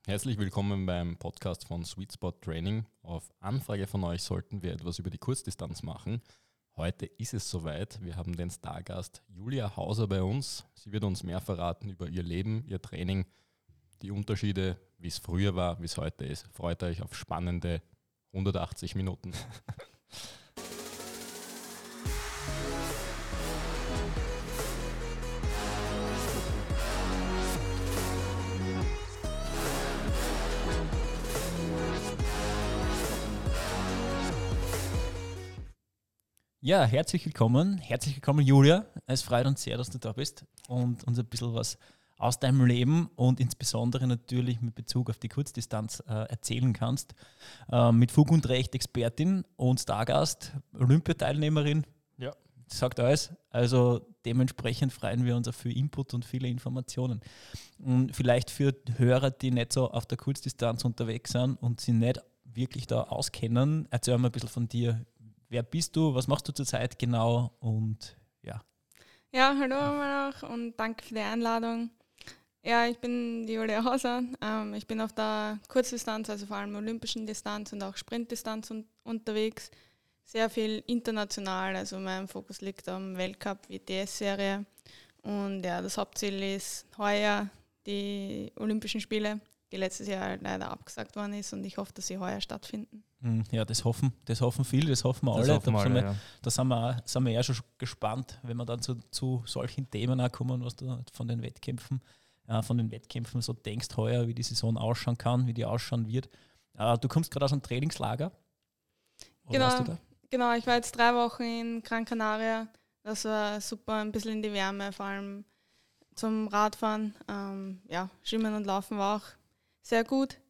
Herzlich willkommen beim Podcast von Sweet Spot Training. Auf Anfrage von euch sollten wir etwas über die Kurzdistanz machen. Heute ist es soweit. Wir haben den Stargast Julia Hauser bei uns. Sie wird uns mehr verraten über ihr Leben, ihr Training, die Unterschiede, wie es früher war, wie es heute ist. Freut euch auf spannende 180 Minuten. Ja, herzlich willkommen Julia. Es freut uns sehr, dass du da bist und uns ein bisschen was aus deinem Leben und insbesondere natürlich mit Bezug auf die Kurzdistanz erzählen kannst. Mit Fug und Recht Expertin und Stargast, Olympiateilnehmerin, Ja. sagt alles. Also dementsprechend freuen wir uns auf viel Input und viele Informationen. Und vielleicht für Hörer, die nicht so auf der Kurzdistanz unterwegs sind und sie nicht wirklich da auskennen, erzähl mal ein bisschen von dir. Wer bist du? Was machst du zurzeit genau? Und ja. Ja, hallo immer noch und danke für die Einladung. Ja, ich bin die Julia Hauser. Ich bin auf der Kurzdistanz, also vor allem olympischen Distanz und auch Sprintdistanz unterwegs. Sehr viel international, also mein Fokus liegt am Weltcup, WTS-Serie. Und ja, das Hauptziel ist heuer die Olympischen Spiele, die letztes Jahr leider abgesagt worden ist und ich hoffe, dass sie heuer stattfinden. Ja, das hoffen viele, das hoffen wir alle. Da sind wir ja schon gespannt, wenn wir dann zu solchen Themen auch kommen, was du von den Wettkämpfen so denkst heuer, wie die Saison ausschauen kann, wie die ausschauen wird. Du kommst gerade aus einem Trainingslager. Oder warst du da? Genau, ich war jetzt 3 Wochen in Gran Canaria. Das war super, ein bisschen in die Wärme, vor allem zum Radfahren. Schwimmen und Laufen war auch sehr gut.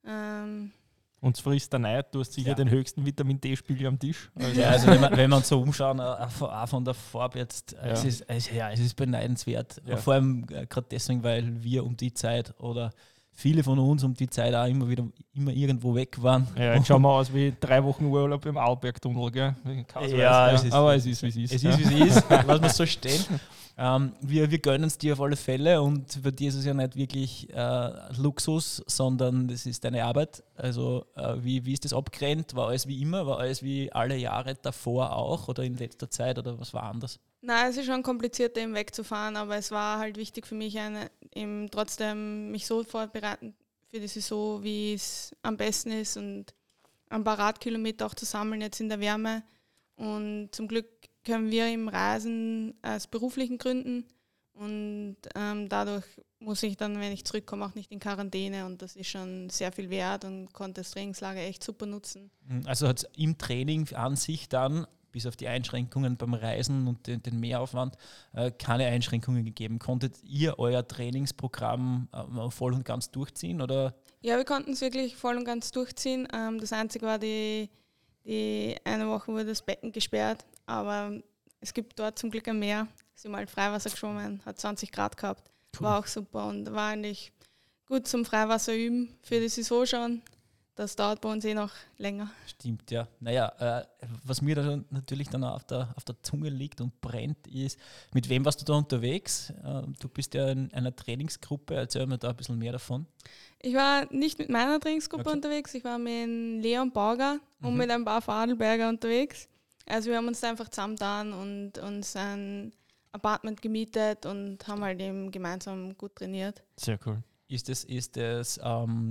Und es frisst der Neid, du hast sicher den höchsten Vitamin-D-Spiegel am Tisch. Also wenn wir uns so umschauen, auch von der Farbe jetzt, es ist beneidenswert. Ja. Vor allem gerade deswegen, weil wir um die Zeit oder viele von uns um die Zeit auch immer irgendwo weg waren. Ja, jetzt schauen wir aus wie 3 Wochen Urlaub im Arlbergtunnel, gell? Aber es ist, wie es ist. Es ist, wie es ist, lass mal so stehen. Wir gönnen es dir auf alle Fälle und bei dir ist es ja nicht wirklich Luxus, sondern das ist deine Arbeit. Also wie ist das abgrenzt? War alles wie immer? War alles wie alle Jahre davor auch oder in letzter Zeit oder was war anders? Nein, es ist schon komplizierter, eben wegzufahren, aber es war halt wichtig für mich, trotzdem mich so vorbereiten für die Saison, wie es am besten ist und ein paar Radkilometer auch zu sammeln jetzt in der Wärme. Und zum Glück können wir im Reisen aus beruflichen Gründen und dadurch muss ich dann, wenn ich zurückkomme, auch nicht in Quarantäne und das ist schon sehr viel wert und konnte das Trainingslager echt super nutzen. Also hat es im Training an sich dann, bis auf die Einschränkungen beim Reisen und den Mehraufwand, keine Einschränkungen gegeben. Konntet ihr euer Trainingsprogramm voll und ganz durchziehen? Oder? Ja, wir konnten es wirklich voll und ganz durchziehen. Das Einzige war die eine Woche wurde das Becken gesperrt, aber es gibt dort zum Glück ein Meer. Sind mal Freiwasser geschwommen, hat 20 Grad gehabt, cool. War auch super und war eigentlich gut zum Freiwasser üben für die Saison schon. Das dauert bei uns noch länger. Stimmt, ja. Naja, was mir da natürlich dann auf der Zunge liegt und brennt, ist, mit wem warst du da unterwegs? Du bist ja in einer Trainingsgruppe, erzähl mir da ein bisschen mehr davon. Ich war nicht mit meiner Trainingsgruppe unterwegs, ich war mit Leon Bauger und mit ein paar Vorarlberger unterwegs. Also wir haben uns da einfach zusammengetan und uns ein Apartment gemietet und haben halt eben gemeinsam gut trainiert. Sehr cool. Ist das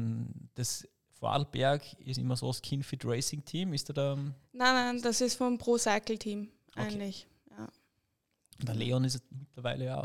Vorarlberg ist immer so das Skinfit Racing Team? Ist da? Nein, das ist vom Pro Cycle Team eigentlich. Okay. Ja. Der Leon ist mittlerweile ja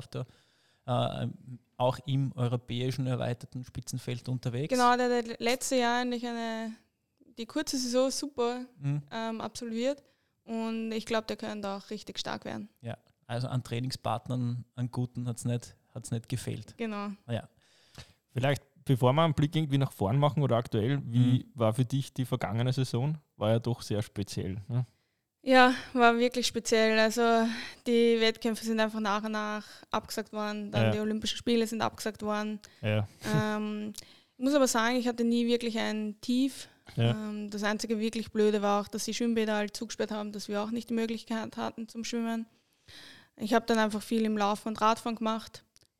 auch im europäischen erweiterten Spitzenfeld unterwegs. Genau, der hat letztes Jahr eigentlich die kurze Saison super absolviert und ich glaube, der könnte auch richtig stark werden. Ja, also an Trainingspartnern, an guten hat es nicht gefehlt. Genau. Ja. Vielleicht, bevor wir einen Blick irgendwie nach vorn machen oder aktuell, wie war für dich die vergangene Saison? War ja doch sehr speziell. Ne? Ja, war wirklich speziell. Also die Wettkämpfe sind einfach nach und nach abgesagt worden. Dann die Olympischen Spiele sind abgesagt worden. Ja. Ich muss aber sagen, ich hatte nie wirklich ein Tief. Ja. Das einzige wirklich Blöde war auch, dass die Schwimmbäder halt zugesperrt haben, dass wir auch nicht die Möglichkeit hatten zum Schwimmen. Ich habe dann einfach viel im Laufen und Radfahren gemacht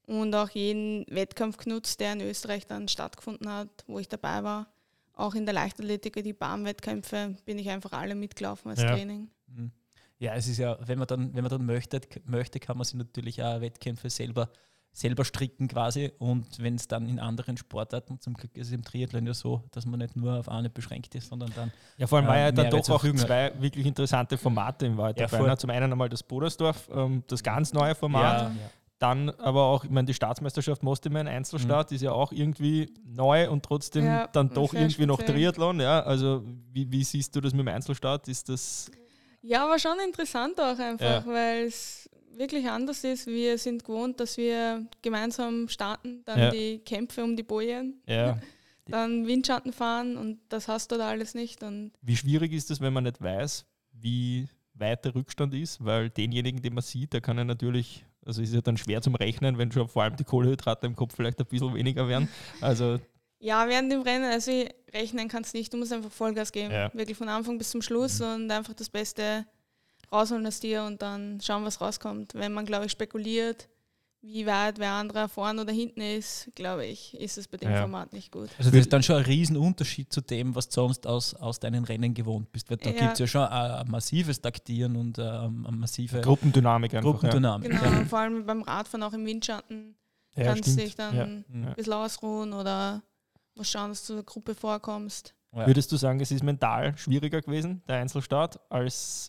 und auch jeden Wettkampf genutzt, der in Österreich dann stattgefunden hat, wo ich dabei war. Auch in der Leichtathletik, die Bahnwettkämpfe, bin ich einfach alle mitgelaufen als Training. Ja, es ist ja, wenn man dann möchte, kann man sich natürlich auch Wettkämpfe selber stricken quasi, und wenn es dann in anderen Sportarten, zum Glück ist es im Triathlon ja so, dass man nicht nur auf eine beschränkt ist, sondern dann vor allem war ja dann doch auch hat. 2 wirklich interessante Formate im Wald dabei. Zum einen einmal das Bodersdorf, das ganz neue Format, dann aber auch, ich meine, die Staatsmeisterschaft Mostimen Einzelstart ist ja auch irgendwie neu und trotzdem dann doch irgendwie noch Triathlon. Ja, also wie siehst du das mit dem Einzelstart? Ist das... Ja, war schon interessant auch einfach, weil es wirklich anders ist. Wir sind gewohnt, dass wir gemeinsam starten, dann die Kämpfe um die Bojen, dann Windschatten fahren, und das hast du da alles nicht. Und wie schwierig ist das, wenn man nicht weiß, wie weit der Rückstand ist? Weil denjenigen, den man sieht, der kann ja natürlich, also ist ja dann schwer zum Rechnen, wenn schon vor allem die Kohlenhydrate im Kopf vielleicht ein bisschen weniger werden. Also ja, während dem Rennen, also rechnen kannst du nicht, du musst einfach Vollgas geben, wirklich von Anfang bis zum Schluss und einfach das Beste rausholen aus dir und dann schauen, was rauskommt. Wenn man, glaube ich, spekuliert, wie weit wer andere vorne oder hinten ist, glaube ich, ist es bei dem Format nicht gut. Also das ist dann schon ein Riesenunterschied zu dem, was du sonst aus deinen Rennen gewohnt bist. Weil da gibt es ja schon ein massives Taktieren und eine massive Gruppendynamik einfach. Genau, vor allem beim Radfahren auch im Windschatten kannst du dich dann ein bisschen ausruhen oder was schauen, dass du der Gruppe vorkommst. Ja. Würdest du sagen, es ist mental schwieriger gewesen, der Einzelstart, als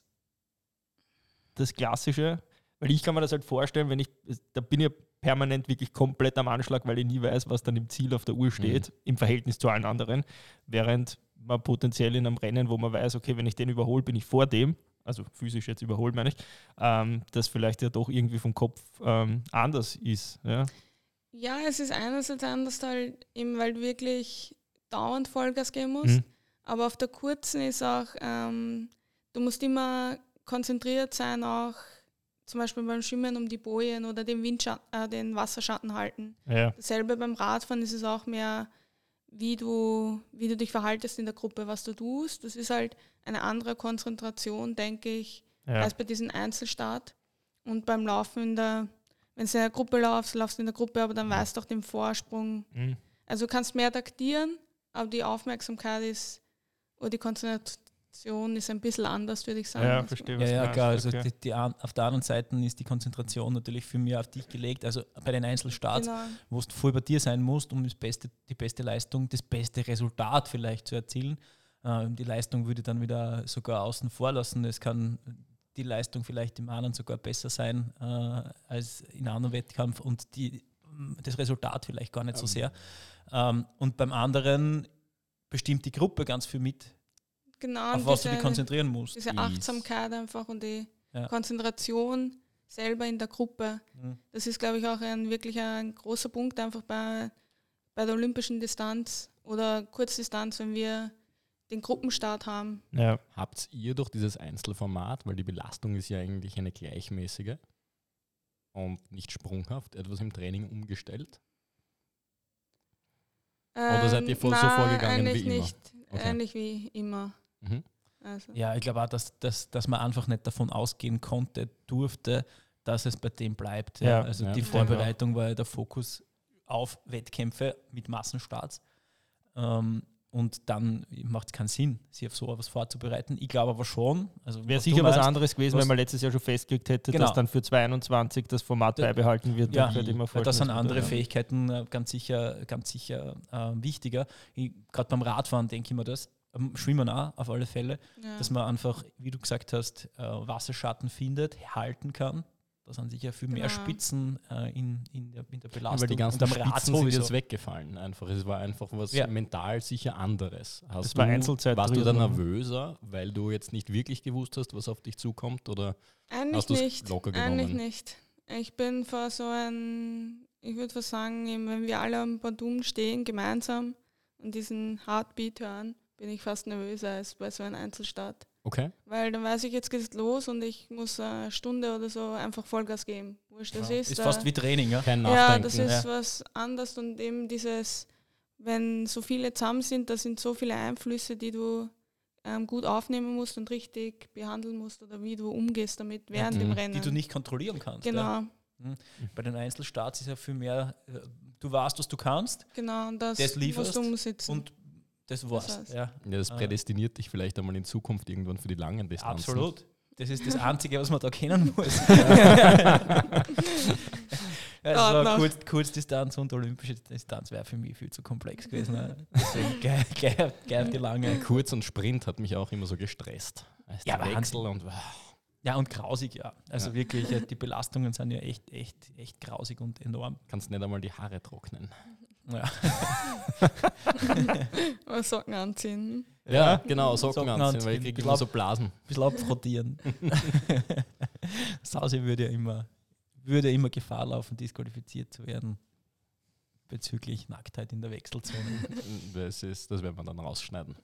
das Klassische? Weil ich kann mir das halt vorstellen, da bin ich permanent wirklich komplett am Anschlag, weil ich nie weiß, was dann im Ziel auf der Uhr steht, im Verhältnis zu allen anderen. Während man potenziell in einem Rennen, wo man weiß, okay, wenn ich den überhole, bin ich vor dem, also physisch jetzt überholt, meine ich, das vielleicht ja doch irgendwie vom Kopf anders ist. Ja, es ist einerseits anders, halt eben, weil du wirklich dauernd Vollgas geben musst, aber auf der kurzen ist auch, du musst immer konzentriert sein, auch zum Beispiel beim Schwimmen um die Bojen oder den Wasserschatten halten. Ja. Dasselbe beim Radfahren ist es auch mehr, wie du dich verhaltest in der Gruppe, was du tust. Das ist halt eine andere Konzentration, denke ich, als bei diesem Einzelstart. Und beim Laufen wenn du in einer Gruppe laufst du in der Gruppe, aber dann weißt du auch den Vorsprung. Also du kannst mehr taktieren, aber die Aufmerksamkeit oder die Konzentration ist ein bisschen anders, würde ich sagen. Ja, verstehe. Ja, klar. Also okay. Auf der anderen Seite ist die Konzentration natürlich viel mehr auf dich gelegt. Also bei den Einzelstarts, wo du voll bei dir sein musst, um die beste Leistung, das beste Resultat vielleicht zu erzielen. Die Leistung würde dann wieder sogar außen vor lassen. Es kann die Leistung vielleicht im anderen sogar besser sein als in einem anderen Wettkampf und das Resultat vielleicht gar nicht so sehr. Und beim anderen bestimmt die Gruppe ganz viel mit. Genau, auf was du dich konzentrieren musst. Diese Achtsamkeit einfach und die Konzentration selber in der Gruppe. Das ist, glaube ich, auch wirklich ein großer Punkt einfach bei der olympischen Distanz oder Kurzdistanz, wenn wir den Gruppenstart haben. Ja. Habt ihr durch dieses Einzelformat, weil die Belastung ist ja eigentlich eine gleichmäßige und nicht sprunghaft, etwas im Training umgestellt? Oder seid ihr so vorgegangen wie immer? Nicht, ähnlich wie immer. Also. Ja, ich glaube auch, dass man einfach nicht davon ausgehen durfte, dass es bei dem bleibt. Ja. Also die Vorbereitung war ja der Fokus auf Wettkämpfe mit Massenstarts. Und dann macht es keinen Sinn, sich auf so etwas vorzubereiten. Ich glaube aber schon. Also wäre sicher was anderes gewesen, wenn man letztes Jahr schon festgelegt hätte, dass dann für 2021 das Format beibehalten wird. Ja, weil das sind andere Fähigkeiten ganz sicher wichtiger. Gerade beim Radfahren denke ich mir das. Schwimmen auch, auf alle Fälle. Ja. Dass man einfach, wie du gesagt hast, Wasserschatten findet, halten kann. Da sind sicher viel mehr Spitzen in der Belastung. Weil die ganzen Spitzen sind jetzt weggefallen. Einfach. Es war einfach was mental sicher anderes. Warst du da nervöser, weil du jetzt nicht wirklich gewusst hast, was auf dich zukommt? Oder hast du es locker genommen? Eigentlich nicht. Ich bin vor ich würde sagen, wenn wir alle am Badum stehen, gemeinsam und diesen Heartbeat hören, bin ich fast nervöser als bei so einem Einzelstart. Okay. Weil dann weiß ich, jetzt geht es los und ich muss eine Stunde oder so einfach Vollgas geben. Wurscht das ist. Ist fast wie Training, ja? Kein Nachdenken. Ja, das ist was anderes und eben wenn so viele zusammen sind, da sind so viele Einflüsse, die du gut aufnehmen musst und richtig behandeln musst oder wie du umgehst damit während dem Rennen. Die du nicht kontrollieren kannst. Genau. Bei den Einzelstarts ist ja viel mehr, du weißt, was du kannst. Genau, und das lieferst musst du umsetzen. und das war's. heißt. Ja, das prädestiniert dich vielleicht einmal in Zukunft irgendwann für die langen Distanzen. Absolut. Das ist das Einzige, was man da kennen muss. Also Kurzdistanz und olympische Distanz wäre für mich viel zu komplex gewesen. Deswegen gleich die lange. Kurz und Sprint hat mich auch immer so gestresst. Ja, Wechsel und ja, und grausig, ja. Also wirklich, die Belastungen sind ja echt grausig und enorm. kannst nicht einmal die Haare trocknen. Ja. Oder Socken anziehen. Ja, genau, Socken Socken anziehen, weil ich anziehen. kriege immer so Blasen. Ein bisschen abfrottieren. Sausi würde immer Gefahr laufen, disqualifiziert zu werden bezüglich Nacktheit in der Wechselzone. Das werden wir dann rausschneiden.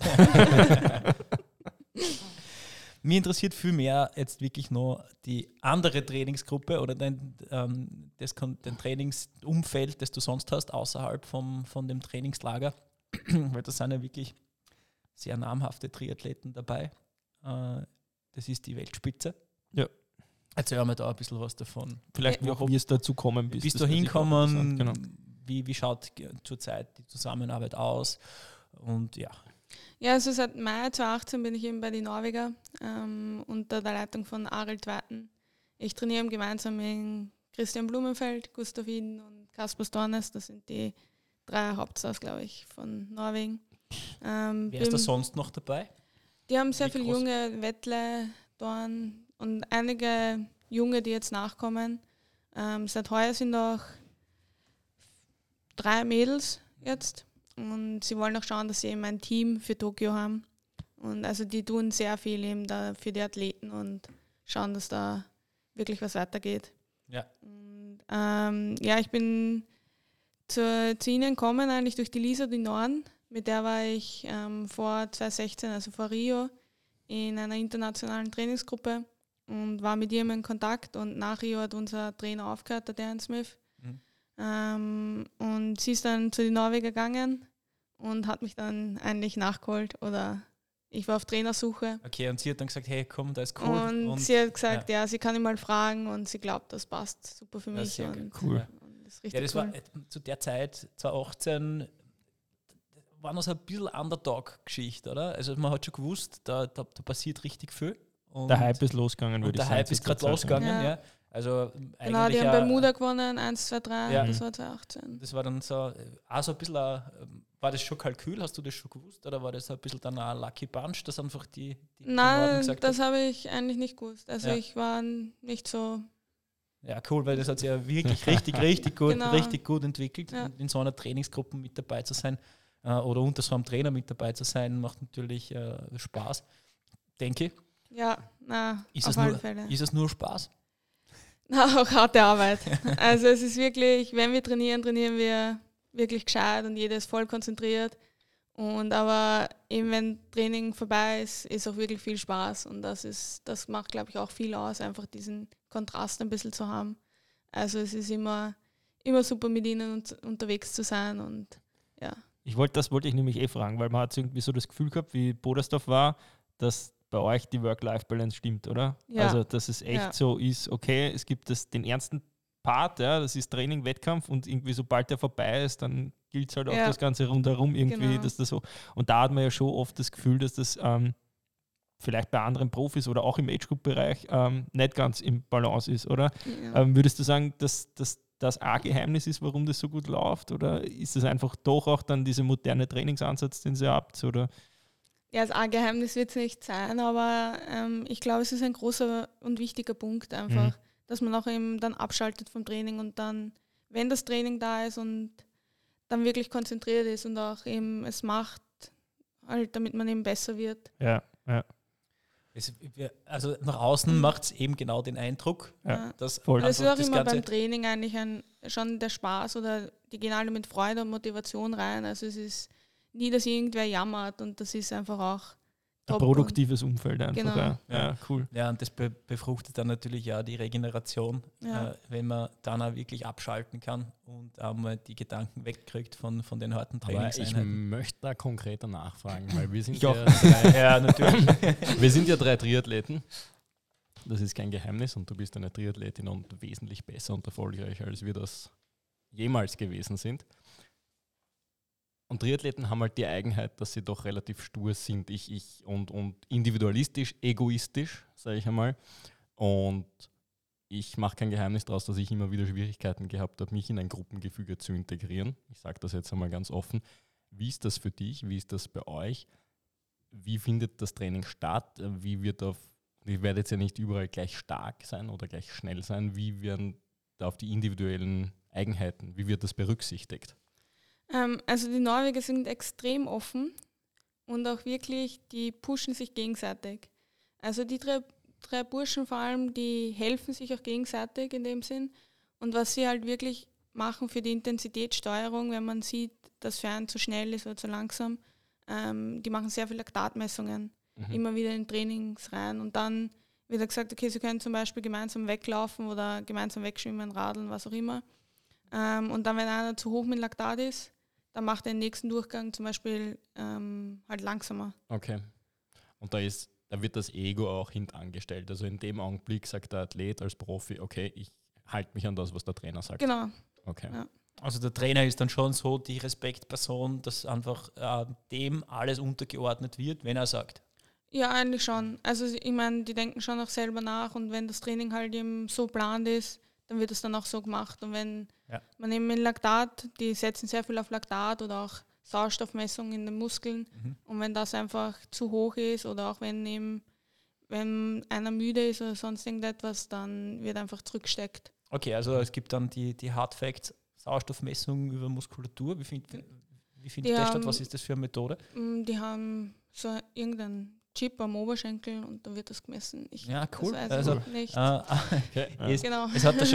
Mich interessiert viel mehr jetzt wirklich noch die andere Trainingsgruppe oder den Trainingsumfeld, das du sonst hast, außerhalb von dem Trainingslager. Weil da sind ja wirklich sehr namhafte Triathleten dabei. Das ist die Weltspitze. Ja. Erzähl mir da ein bisschen was davon. Vielleicht wie es dazu kommen bist. Bist du hinkommen? Genau. Wie schaut zurzeit die Zusammenarbeit aus? Und ja. Ja, also seit Mai 2018 bin ich eben bei den Norweger unter der Leitung von Arild Watten. Ich trainiere gemeinsam mit Christian Blumenfeld, Gustav Iden und Kaspar Stornes. Das sind die 3 Hauptstars, glaube ich, von Norwegen. Wer ist da sonst noch dabei? Die haben sehr viele junge Wettle, Dorn und einige Junge, die jetzt nachkommen. Seit heuer sind auch 3 Mädels jetzt. Und sie wollen auch schauen, dass sie eben ein Team für Tokio haben. Und also die tun sehr viel eben da für die Athleten und schauen, dass da wirklich was weitergeht. Ja. Und ich bin zu ihnen gekommen eigentlich durch die Lisa Dinoren. Mit der war ich vor 2016, also vor Rio, in einer internationalen Trainingsgruppe und war mit ihr in Kontakt. Und nach Rio hat unser Trainer aufgehört, der Darren Smith. Und sie ist dann zu den Norweger gegangen und hat mich dann eigentlich nachgeholt oder ich war auf Trainersuche. Okay, und sie hat dann gesagt, hey, komm, da ist cool. Und sie hat gesagt, ja, sie kann ihn mal fragen und sie glaubt, das passt super für mich. Sehr und cool. Und das ist richtig das cool. war zu der Zeit, 2018, war noch so ein bisschen Underdog-Geschichte, oder? Also man hat schon gewusst, da passiert richtig viel. Und der Hype ist losgegangen, würde ich sagen. Der Hype ist gerade losgegangen, ja. Also genau, die haben Bermuda gewonnen, 1, 2, 3, ja. Das war 2018. Das war dann so ein bisschen, war das schon Kalkül, hast du das schon gewusst? Oder war das ein bisschen dann ein Lucky Punch, dass einfach die Nein, gesagt das habe ich eigentlich nicht gewusst. Also ich war nicht so... Ja, cool, weil das hat sich ja wirklich richtig gut entwickelt. Ja. In so einer Trainingsgruppe mit dabei zu sein oder unter so einem Trainer mit dabei zu sein, macht natürlich Spaß, denke ich. Ja, auf alle Fälle. Ist es nur Spaß? Auch harte Arbeit. Also es ist wirklich, wenn wir trainieren wir wirklich gescheit und jeder ist voll konzentriert. Aber eben wenn Training vorbei ist auch wirklich viel Spaß und das macht, glaube ich, auch viel aus, einfach diesen Kontrast ein bisschen zu haben. Also es ist immer super mit ihnen unterwegs zu sein und ja. Das wollte ich nämlich fragen, weil man hat irgendwie so das Gefühl gehabt, wie Bodersdorf war, dass bei euch die Work-Life-Balance stimmt, oder? Ja. Also, dass es echt so ist, okay, es gibt den ernsten Part, ja, das ist Training, Wettkampf und irgendwie sobald der vorbei ist, dann gilt es halt auch das Ganze rundherum irgendwie, genau. dass das so, und da hat man ja schon oft das Gefühl, dass das vielleicht bei anderen Profis oder auch im Age-Group-Bereich nicht ganz im Balance ist, oder? Ja. Würdest du sagen, dass das ein Geheimnis ist, warum das so gut läuft, oder ist es einfach doch auch dann dieser moderne Trainingsansatz, den ihr habt, oder? Ja, das Geheimnis wird es nicht sein, aber ich glaube, es ist ein großer und wichtiger Punkt einfach, dass man auch eben dann abschaltet vom Training und dann, wenn das Training da ist und dann wirklich konzentriert ist und auch eben es macht, halt, damit man eben besser wird. Ja. Also nach außen macht es eben genau den Eindruck, dass voll. Das ist auch immer beim Training eigentlich schon der Spaß oder die gehen alle mit Freude und Motivation rein. Also es ist nie, dass irgendwer jammert und das ist einfach auch top. Ein produktives Umfeld einfach. Genau. Ja, cool. Ja, und das befruchtet dann natürlich ja die Regeneration, wenn man dann auch wirklich abschalten kann und einmal die Gedanken wegkriegt von den harten Trainingseinheiten. Ich möchte da konkreter nachfragen, weil wir sind natürlich. wir sind ja 3 Triathleten das ist kein Geheimnis und du bist eine Triathletin und wesentlich besser und erfolgreicher, als wir das jemals gewesen sind. Und Triathleten haben halt die Eigenheit, dass sie doch relativ stur sind, und individualistisch, egoistisch, sage ich einmal. Und ich mache kein Geheimnis daraus, dass ich immer wieder Schwierigkeiten gehabt habe, mich in ein Gruppengefüge zu integrieren. Ich sage das jetzt einmal ganz offen. Wie ist das für dich? Wie ist das bei euch? Wie findet das Training statt? Ich werde jetzt ja nicht überall gleich stark sein oder gleich schnell sein. Wie werden da auf die individuellen Eigenheiten, wie wird das berücksichtigt? Also die Norweger sind extrem offen und auch wirklich, die pushen sich gegenseitig. Also die drei Burschen vor allem, die helfen sich auch gegenseitig in dem Sinn. Und was sie halt wirklich machen für die Intensitätssteuerung, wenn man sieht, dass für einen zu schnell ist oder zu langsam, die machen sehr viele Laktatmessungen, immer wieder in Trainings rein. Und dann wird gesagt, okay, sie können zum Beispiel gemeinsam weglaufen oder gemeinsam wegschwimmen, radeln, was auch immer. Und dann, wenn einer zu hoch mit Laktat ist, dann macht er den nächsten Durchgang zum Beispiel halt langsamer. Okay. Und da wird das Ego auch hintangestellt. Also in dem Augenblick sagt der Athlet als Profi, okay, ich halte mich an das, was der Trainer sagt. Genau. Okay. Ja. Also der Trainer ist dann schon so die Respektperson, dass einfach dem alles untergeordnet wird, wenn er sagt. Ja, eigentlich schon. Also ich meine, die denken schon auch selber nach und wenn das Training halt eben so geplant ist, dann wird es dann auch so gemacht. Und wenn man eben mit Laktat, die setzen sehr viel auf Laktat oder auch Sauerstoffmessung in den Muskeln. Und wenn das einfach zu hoch ist oder auch wenn einer müde ist oder sonst irgendetwas, dann wird einfach zurückgesteckt. Okay, also es gibt dann die Hard Facts, Sauerstoffmessung über Muskulatur. Wie findet der statt? Was ist das für eine Methode? Die haben so irgendeinen Chip am Oberschenkel und da wird das gemessen. Ja, cool. Das weiß ich nicht. Okay. Genau.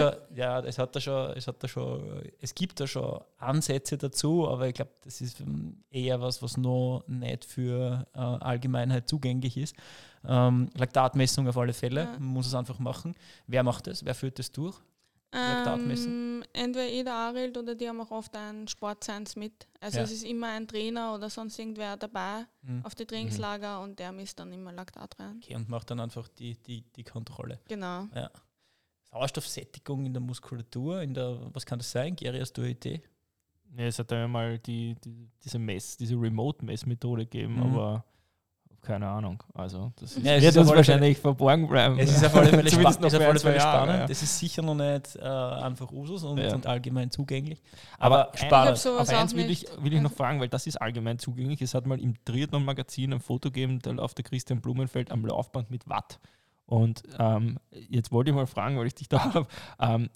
Es gibt da schon Ansätze dazu, aber ich glaube, das ist eher was noch nicht für Allgemeinheit zugänglich ist. Laktatmessung auf alle Fälle, man muss es einfach machen. Wer macht das? Wer führt das durch? Laktatmessen? Entweder der Arild oder die haben auch oft einen Sportscience mit. Also es ist immer ein Trainer oder sonst irgendwer dabei auf die Trainingslager und der misst dann immer Laktat rein. Okay, und macht dann einfach die Kontrolle. Genau. Ja. Sauerstoffsättigung in der Muskulatur, was kann das sein? Geri, hast du eine Idee? Ja, es hat ja mal diese Remote-Messmethode gegeben, aber keine Ahnung. Also das wird uns wahrscheinlich verborgen bleiben. Es ist auf alle Fälle spannend. Ja. Das ist sicher noch nicht einfach Usus und allgemein zugänglich. Aber spannend. Auf eins will ich noch fragen, weil das ist allgemein zugänglich. Es hat mal im Triathlon-Magazin ein Foto gegeben, da läuft der Christian Blumenfeld am Laufband mit Watt. Und jetzt wollte ich mal fragen, weil ich dich da habe,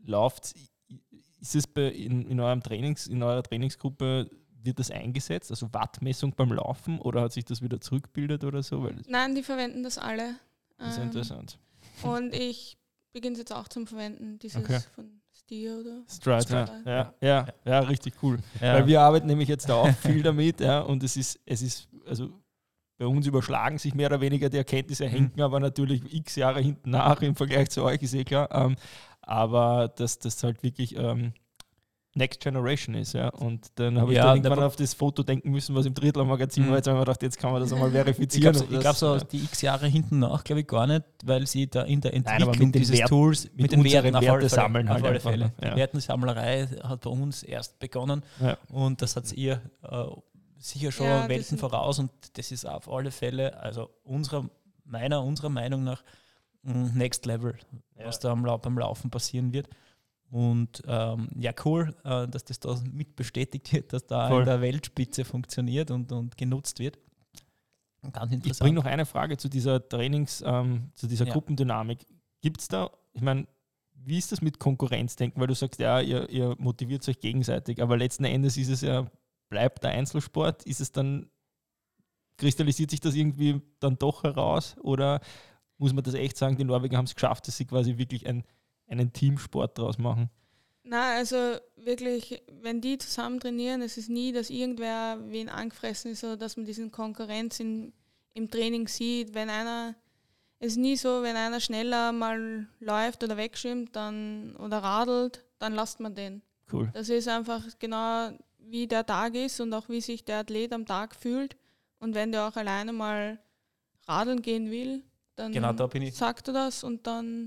ist es in eurer Trainingsgruppe, wird das eingesetzt, also Wattmessung beim Laufen, oder hat sich das wieder zurückgebildet oder so? Nein, die verwenden das alle. Das ist interessant. Und ich beginne es jetzt auch zum Verwenden, dieses von Stier oder Stride. Ja, richtig cool. Ja. Weil wir arbeiten nämlich jetzt da auch viel damit, und es ist, also bei uns überschlagen sich mehr oder weniger die Erkenntnisse, hängen aber natürlich x Jahre hinten nach im Vergleich zu euch, ist klar. Aber dass das halt wirklich Next Generation ist, und dann habe ich dann irgendwann auf das Foto denken müssen, was im Triathlon-Magazin war. Jetzt habe ich mir gedacht, jetzt kann man das einmal verifizieren. Ich glaube so die x Jahre hinten nach, glaube ich gar nicht, weil sie da in der Entwicklung dieses Tools mit den Werten sammeln auf alle Fälle. Die Wertensammelerei hat bei uns erst begonnen und das hat ihr sicher schon Welten voraus und das ist auf alle Fälle, also unserer Meinung nach Next Level, was da beim Laufen passieren wird. Und cool, dass das da mit bestätigt wird, dass da in der Weltspitze funktioniert und genutzt wird. Ganz interessant. Ich bringe noch eine Frage zu dieser zu dieser Gruppendynamik. Gibt es da, ich meine, wie ist das mit Konkurrenzdenken? Weil du sagst, ihr motiviert euch gegenseitig, aber letzten Endes ist es bleibt der Einzelsport. Ist es dann, kristallisiert sich das irgendwie dann doch heraus? Oder muss man das echt sagen, die Norweger haben es geschafft, dass sie quasi wirklich einen Teamsport draus machen? Na, also wirklich, wenn die zusammen trainieren, es ist nie, dass irgendwer wen angefressen ist oder dass man diesen Konkurrenz im Training sieht. Es ist nie so, wenn einer schneller mal läuft oder wegschwimmt oder radelt, dann lasst man den. Cool. Das ist einfach genau, wie der Tag ist und auch wie sich der Athlet am Tag fühlt. Und wenn der auch alleine mal radeln gehen will, dann genau, da bin ich. sagt er das und dann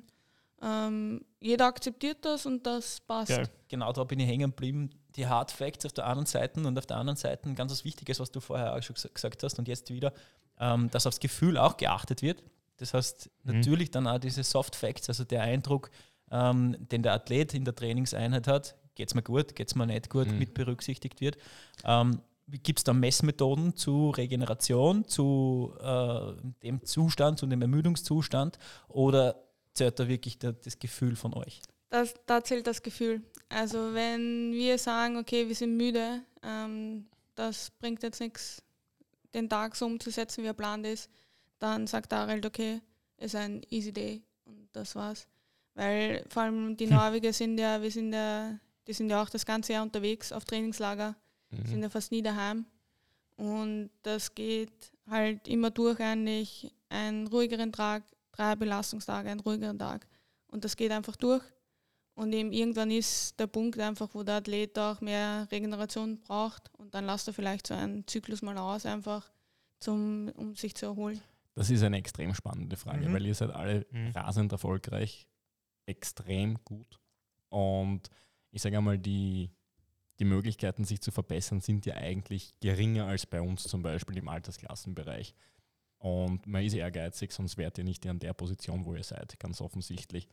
jeder akzeptiert das und das passt. Geil. Genau, da bin ich hängen geblieben. Die Hard Facts auf der einen Seite und auf der anderen Seite ein ganz was Wichtiges, was du vorher auch schon gesagt hast und jetzt wieder, dass aufs Gefühl auch geachtet wird. Das heißt, natürlich dann auch diese Soft Facts, also der Eindruck, den der Athlet in der Trainingseinheit hat, geht es mir gut, geht es mir nicht gut, mit berücksichtigt wird. Gibt es da Messmethoden zu Regeneration, zu dem Zustand, zu dem Ermüdungszustand oder zählt da wirklich das Gefühl von euch? Da zählt das Gefühl. Also wenn wir sagen, okay, wir sind müde, das bringt jetzt nichts, den Tag so umzusetzen, wie er geplant ist, dann sagt Arild, okay, es ist ein easy day und das war's. Weil vor allem die Norweger sind ja, die sind ja auch das ganze Jahr unterwegs auf Trainingslager, sind ja fast nie daheim. Und das geht halt immer durch eigentlich einen ruhigeren Tag, 3 Belastungstage, einen ruhigeren Tag. Und das geht einfach durch. Und eben irgendwann ist der Punkt einfach, wo der Athlet auch mehr Regeneration braucht und dann lässt er vielleicht so einen Zyklus mal aus, einfach um sich zu erholen. Das ist eine extrem spannende Frage, weil ihr seid alle rasend erfolgreich, extrem gut. Und ich sage einmal, die Möglichkeiten, sich zu verbessern, sind ja eigentlich geringer als bei uns zum Beispiel im Altersklassenbereich. Und man ist ehrgeizig, sonst wärt ihr nicht an der Position, wo ihr seid, ganz offensichtlich.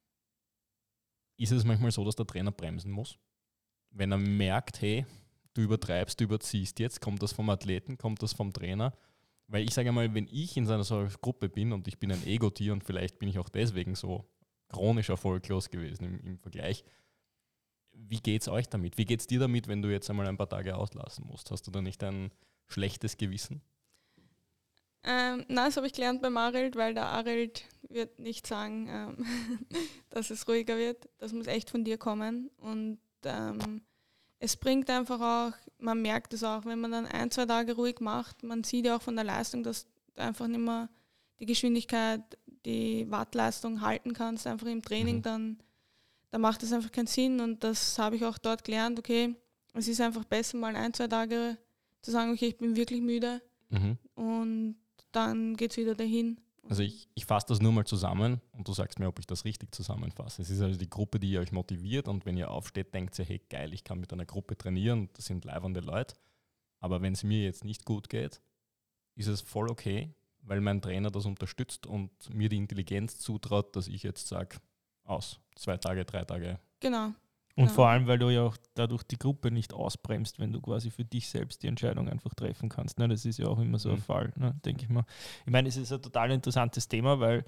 Ist es manchmal so, dass der Trainer bremsen muss? Wenn er merkt, hey, du übertreibst, du überziehst jetzt, kommt das vom Athleten, kommt das vom Trainer? Weil ich sage einmal, wenn ich in so einer Gruppe bin und ich bin ein Ego-Tier und vielleicht bin ich auch deswegen so chronisch erfolglos gewesen im Vergleich, wie geht es euch damit? Wie geht es dir damit, wenn du jetzt einmal ein paar Tage auslassen musst? Hast du da nicht ein schlechtes Gewissen? Nein, das habe ich gelernt bei Arild, weil der Arild wird nicht sagen, dass es ruhiger wird. Das muss echt von dir kommen. Und es bringt einfach auch, man merkt es auch, wenn man dann 1-2 Tage ruhig macht, man sieht ja auch von der Leistung, dass du einfach nicht mehr die Geschwindigkeit, die Wattleistung halten kannst, einfach im Training, dann macht das einfach keinen Sinn. Und das habe ich auch dort gelernt, okay, es ist einfach besser, mal 1-2 Tage zu sagen, okay, ich bin wirklich müde und dann geht es wieder dahin. Also ich fasse das nur mal zusammen und du sagst mir, ob ich das richtig zusammenfasse. Es ist also die Gruppe, die euch motiviert und wenn ihr aufsteht, denkt ihr, hey geil, ich kann mit einer Gruppe trainieren, das sind leibende Leute. Aber wenn es mir jetzt nicht gut geht, ist es voll okay, weil mein Trainer das unterstützt und mir die Intelligenz zutraut, dass ich jetzt sage, aus, 2 Tage, 3 Tage. Genau. Und vor allem, weil du ja auch dadurch die Gruppe nicht ausbremst, wenn du quasi für dich selbst die Entscheidung einfach treffen kannst. Ne? Das ist ja auch immer so ein Fall, ne? Denke ich mal. Ich meine, es ist ein total interessantes Thema, weil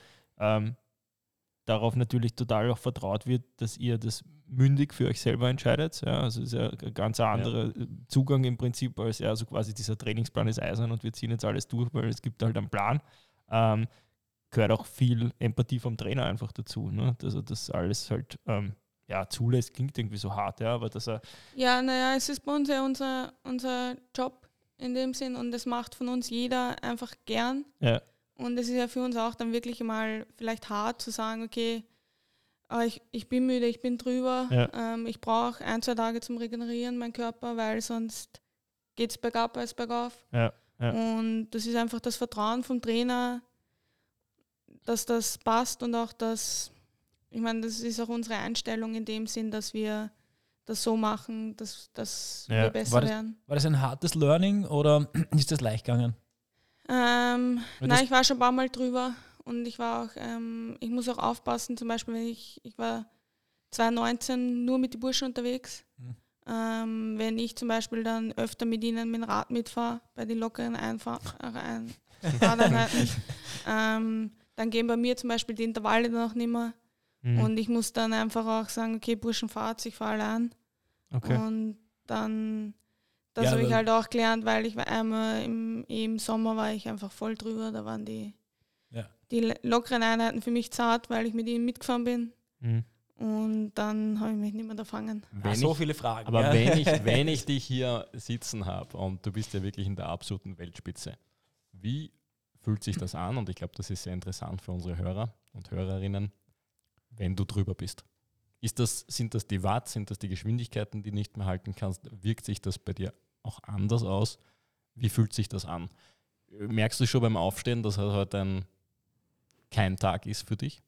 darauf natürlich total auch vertraut wird, dass ihr das mündig für euch selber entscheidet. Ja? Also es ist ja ein ganz anderer Zugang im Prinzip, als also quasi dieser Trainingsplan ist eisern und wir ziehen jetzt alles durch, weil es gibt halt einen Plan. Gehört auch viel Empathie vom Trainer einfach dazu. Ne? Also das alles halt zulässt, klingt irgendwie so hart, ja, aber dass er... Ja, naja, es ist bei uns ja unser Job in dem Sinn und das macht von uns jeder einfach gern. Ja. Und es ist ja für uns auch dann wirklich mal vielleicht hart zu sagen, okay, ich bin müde, ich bin drüber, ich brauche 1-2 Tage zum Regenerieren, mein Körper, weil sonst geht es bergab als bergauf. Ja. Und das ist einfach das Vertrauen vom Trainer, dass das passt und auch das... Ich meine, das ist auch unsere Einstellung in dem Sinn, dass wir das so machen, dass wir besser werden. War das ein hartes Learning oder ist das leicht gegangen? Nein, ich war schon ein paar Mal drüber und ich war auch, ich muss auch aufpassen, zum Beispiel, wenn ich war 2019 nur mit den Burschen unterwegs. Wenn ich zum Beispiel dann öfter mit ihnen mit dem Rad mitfahre, bei den lockeren Fahreinheiten, dann gehen bei mir zum Beispiel die Intervalle noch nicht mehr. Und ich muss dann einfach auch sagen, okay, Burschen, fahrt, ich fahre allein. Okay. Und dann, das habe ich halt auch gelernt, weil ich war einmal im Sommer war ich einfach voll drüber. Da waren die lockeren Einheiten für mich zart, weil ich mit ihnen mitgefahren bin. Und dann habe ich mich nicht mehr da fangen. So viele Fragen. Aber wenn ich dich hier sitzen habe und du bist ja wirklich in der absoluten Weltspitze, wie fühlt sich das an? Und ich glaube, das ist sehr interessant für unsere Hörer und Hörerinnen, wenn du drüber bist. Sind das die Watt, sind das die Geschwindigkeiten, die du nicht mehr halten kannst? Wirkt sich das bei dir auch anders aus? Wie fühlt sich das an? Merkst du schon beim Aufstehen, dass halt ein kein Tag ist für dich?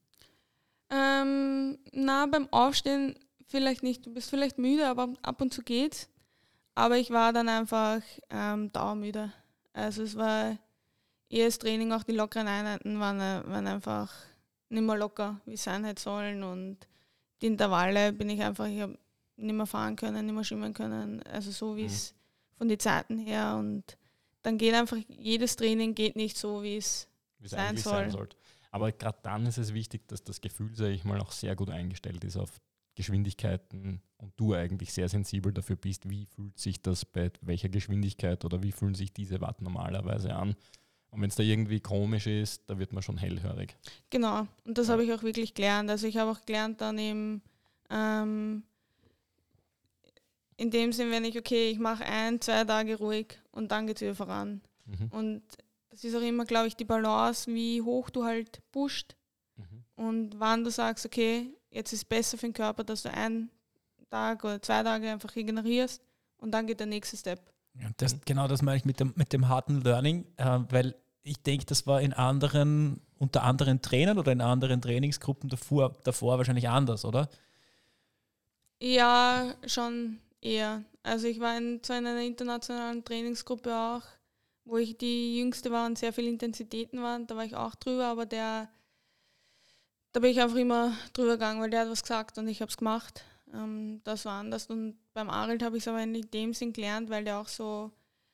Na, beim Aufstehen vielleicht nicht. Du bist vielleicht müde, aber ab und zu geht's. Aber ich war dann einfach dauermüde. Also es war eher das Training, auch die lockeren Einheiten waren einfach nicht mehr locker, wie es sein hätte sollen. Und die Intervalle ich habe nicht mehr fahren können, nicht mehr schwimmen können. Also so wie es von den Zeiten her. Und dann geht einfach, jedes Training geht nicht so, wie es sein sollte. Aber gerade dann ist es wichtig, dass das Gefühl, sage ich mal, auch sehr gut eingestellt ist auf Geschwindigkeiten und du eigentlich sehr sensibel dafür bist, wie fühlt sich das bei welcher Geschwindigkeit oder wie fühlen sich diese Watt normalerweise an. Und wenn es da irgendwie komisch ist, da wird man schon hellhörig. Genau, und das habe ich auch wirklich gelernt. Also ich habe auch gelernt dann eben in dem Sinn, wenn ich mache 1-2 Tage ruhig und dann geht es wieder voran. Und das ist auch immer, glaube ich, die Balance, wie hoch du halt pusht und wann du sagst, okay, jetzt ist es besser für den Körper, dass du 1 Tag oder 2 Tage einfach regenerierst und dann geht der nächste Step. Ja, genau das meine ich mit dem harten Learning, weil ich denke, das war unter anderen Trainern oder in anderen Trainingsgruppen davor wahrscheinlich anders, oder? Ja, schon eher. Also ich war in einer internationalen Trainingsgruppe auch, wo ich die Jüngste war und sehr viele Intensitäten waren. Da war ich auch drüber, aber da bin ich einfach immer drüber gegangen, weil der hat was gesagt und ich habe es gemacht. Das war anders. Und beim Arild habe ich es aber in dem Sinn gelernt, weil der auch so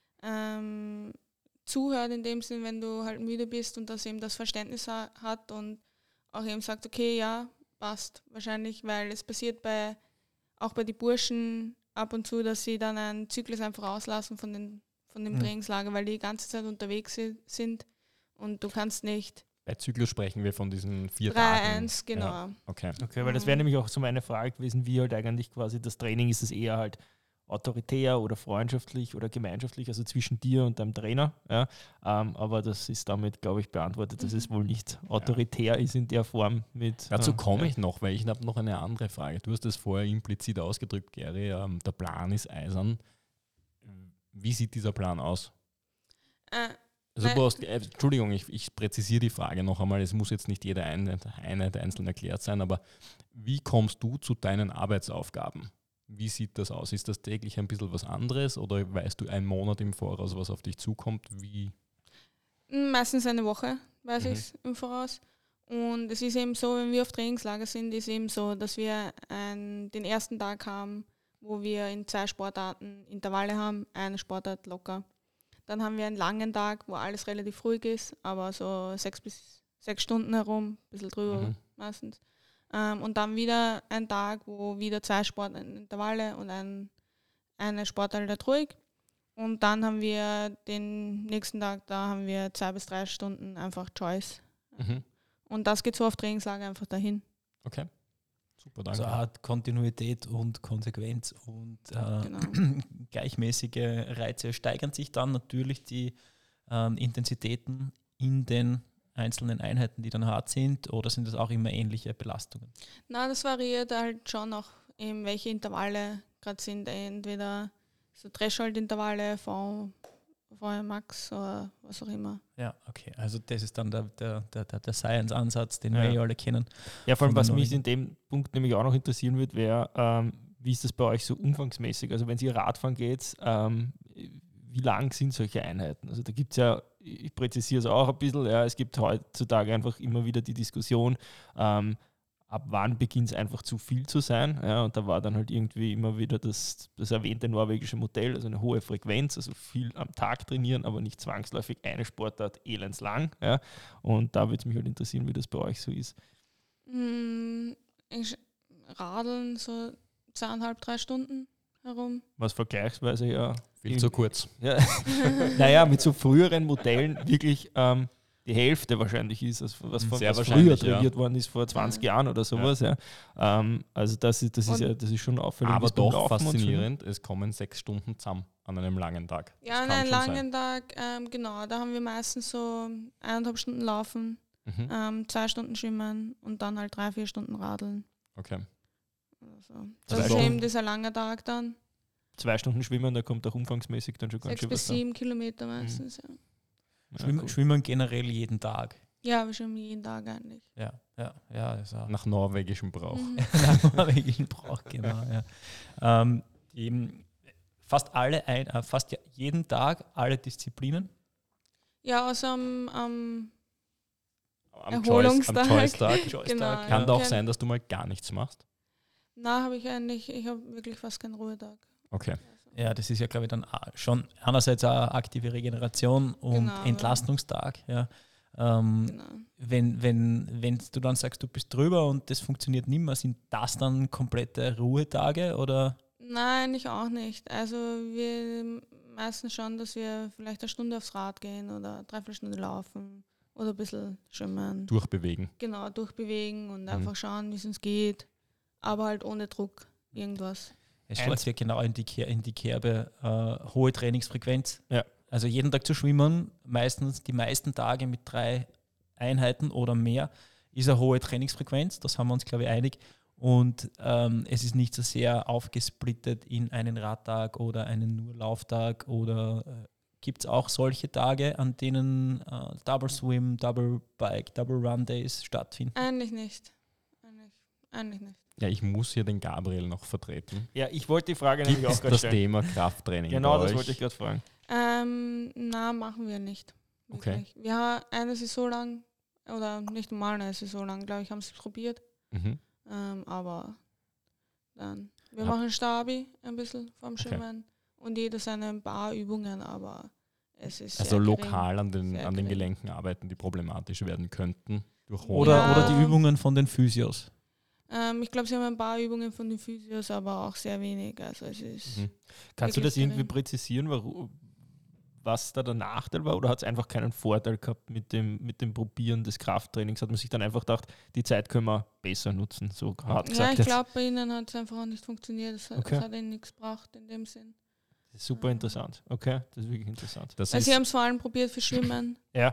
zuhört in dem Sinn, wenn du halt müde bist und dass eben das Verständnis hat und auch eben sagt, okay, ja, passt. Wahrscheinlich, weil es passiert auch bei den Burschen ab und zu, dass sie dann einen Zyklus einfach auslassen von dem Trainingslager, weil die ganze Zeit unterwegs sind und du kannst nicht. Bei Zyklus sprechen wir von diesen 4 Tagen. 3-1, genau. Ja. Okay, weil das wäre nämlich auch so meine Frage gewesen, wie halt eigentlich quasi das Training, ist es eher halt autoritär oder freundschaftlich oder gemeinschaftlich, also zwischen dir und deinem Trainer. Ja? Aber das ist damit, glaube ich, beantwortet, dass es wohl nicht autoritär ist in der Form. Dazu komme ich noch, weil ich habe noch eine andere Frage. Du hast das vorher implizit ausgedrückt, Gary, der Plan ist eisern. Wie sieht dieser Plan aus? Entschuldigung, ich präzisiere die Frage noch einmal. Es muss jetzt nicht jede Einheit einzeln erklärt sein, aber wie kommst du zu deinen Arbeitsaufgaben? Wie sieht das aus? Ist das täglich ein bisschen was anderes oder weißt du einen Monat im Voraus, was auf dich zukommt? Wie? Meistens eine Woche weiß ich es im Voraus. Und es ist eben so, wenn wir auf Trainingslager sind, ist eben so, dass wir den ersten Tag haben, wo wir in 2 Sportarten Intervalle haben, eine Sportart locker. Dann haben wir einen langen Tag, wo alles relativ ruhig ist, aber so 6 Stunden herum, ein bisschen drüber meistens. Und dann wieder ein Tag, wo wieder 2 Sportintervalle und eine Sportart ruhig. Und dann haben wir den nächsten Tag, da haben wir 2 bis 3 Stunden einfach Choice. Und das geht so auf Trainingslager einfach dahin. Okay, super, danke. Also hat Kontinuität und Konsequenz und gleichmäßige Reize steigern sich dann natürlich die Intensitäten in den einzelnen Einheiten, die dann hart sind, oder sind das auch immer ähnliche Belastungen? Na, das variiert halt schon noch, eben welche Intervalle gerade sind. Entweder so Threshold-Intervalle, Max oder was auch immer. Ja, okay. Also das ist dann der Science-Ansatz, den wir alle kennen. Ja, vor allem, was mich in dem Punkt nämlich auch noch interessieren würde, wäre, wie ist das bei euch so umfangsmäßig? Also wenn ihr Radfahren geht, wie lang sind solche Einheiten? Also da gibt es ja, ich präzisiere es auch ein bisschen, es gibt heutzutage einfach immer wieder die Diskussion, ab wann beginnt es einfach zu viel zu sein. Ja, und da war dann halt irgendwie immer wieder das erwähnte norwegische Modell, also eine hohe Frequenz, also viel am Tag trainieren, aber nicht zwangsläufig eine Sportart elendslang. Ja. Und da würde es mich halt interessieren, wie das bei euch so ist. Radeln so 2,5-3 Stunden herum. Was vergleichsweise ja viel zu kurz. Ja, naja, mit so früheren Modellen wirklich die Hälfte wahrscheinlich ist, was früher trainiert worden ist, vor 20 Jahren oder sowas. Ja. Also das ist schon auffällig. Aber doch faszinierend, es kommen 6 Stunden zusammen an einem langen Tag. Ja, an einem langen Tag, genau, da haben wir meistens so 1,5 Stunden Laufen, 2 Stunden Schwimmen und dann halt 3-4 Stunden Radeln. Okay. Also, das ist eben dieser lange Tag dann. 2 Stunden Schwimmen, da kommt auch umfangsmäßig dann schon ganz 6 schön bis 7 Kilometer meistens, Schwimmen generell jeden Tag. Ja, aber schon jeden Tag eigentlich. Ja. Also Nach norwegischem Brauch. nach norwegischem Brauch, genau. Ja. Fast jeden Tag alle Disziplinen. Ja, außer am Am Erholungstag. Choice-Tag. Genau, Kann ja. doch sein, dass du mal gar nichts machst. Na, ich habe wirklich fast keinen Ruhetag. Okay. Ja, das ist ja, glaube ich, dann schon einerseits auch aktive Regeneration und Genau, Entlastungstag. Ja. Genau. Wenn du dann sagst, du bist drüber und das funktioniert nicht mehr, sind das dann komplette Ruhetage oder? Nein, ich auch nicht. Also wir meistens schon, dass wir vielleicht eine Stunde aufs Rad gehen oder 3/4 Stunde laufen oder ein bisschen schwimmen. Durchbewegen. Genau, durchbewegen und einfach schauen, wie es uns geht. Aber halt ohne Druck, irgendwas. Es schlägt ja genau in die Kerbe hohe Trainingsfrequenz. Ja. Also jeden Tag zu schwimmen, die meisten Tage mit 3 Einheiten oder mehr, ist eine hohe Trainingsfrequenz. Das haben wir uns, glaube ich, einig. Und es ist nicht so sehr aufgesplittet in einen Radtag oder einen nur Lauftag oder gibt es auch solche Tage, an denen Double Swim, Double Bike, Double Run Days stattfinden? Eigentlich nicht. Eigentlich nicht. Ja, ich muss hier den Gabriel noch vertreten. Ja, ich wollte die Frage nämlich auch Gibt gerade das stellen. Thema Krafttraining Genau, bei das euch? wollte ich gerade fragen. Na, machen wir nicht. Okay. Wirklich. Wir haben eine Saison lang, oder nicht mal eine Saison lang, glaube ich, haben sie es probiert. Mhm. Aber dann, wir machen Stabi ein bisschen vom Okay. Schwimmen und jeder seine paar Übungen, aber es ist Also sehr lokal an Sehr den gering. Gelenken arbeiten, die problematisch werden könnten. Durch Oder Ja. die Übungen von den Physios? Ich glaube, sie haben ein paar Übungen von den Physios, aber auch sehr wenig. Also es ist Mhm. Kannst du das wirklich irgendwie gering. präzisieren, was da der Nachteil war? Oder hat es einfach keinen Vorteil gehabt mit dem Probieren des Krafttrainings? Hat man sich dann einfach gedacht, die Zeit können wir besser nutzen, so hart Ja, gesagt. ich jetzt. glaube, bei ihnen hat es einfach auch nicht funktioniert. Es Okay. hat ihnen nichts gebracht in dem Sinn. Das ist super interessant. Okay, das ist wirklich interessant. Das Weil ist, sie haben es vor allem probiert für Schwimmen, Ja,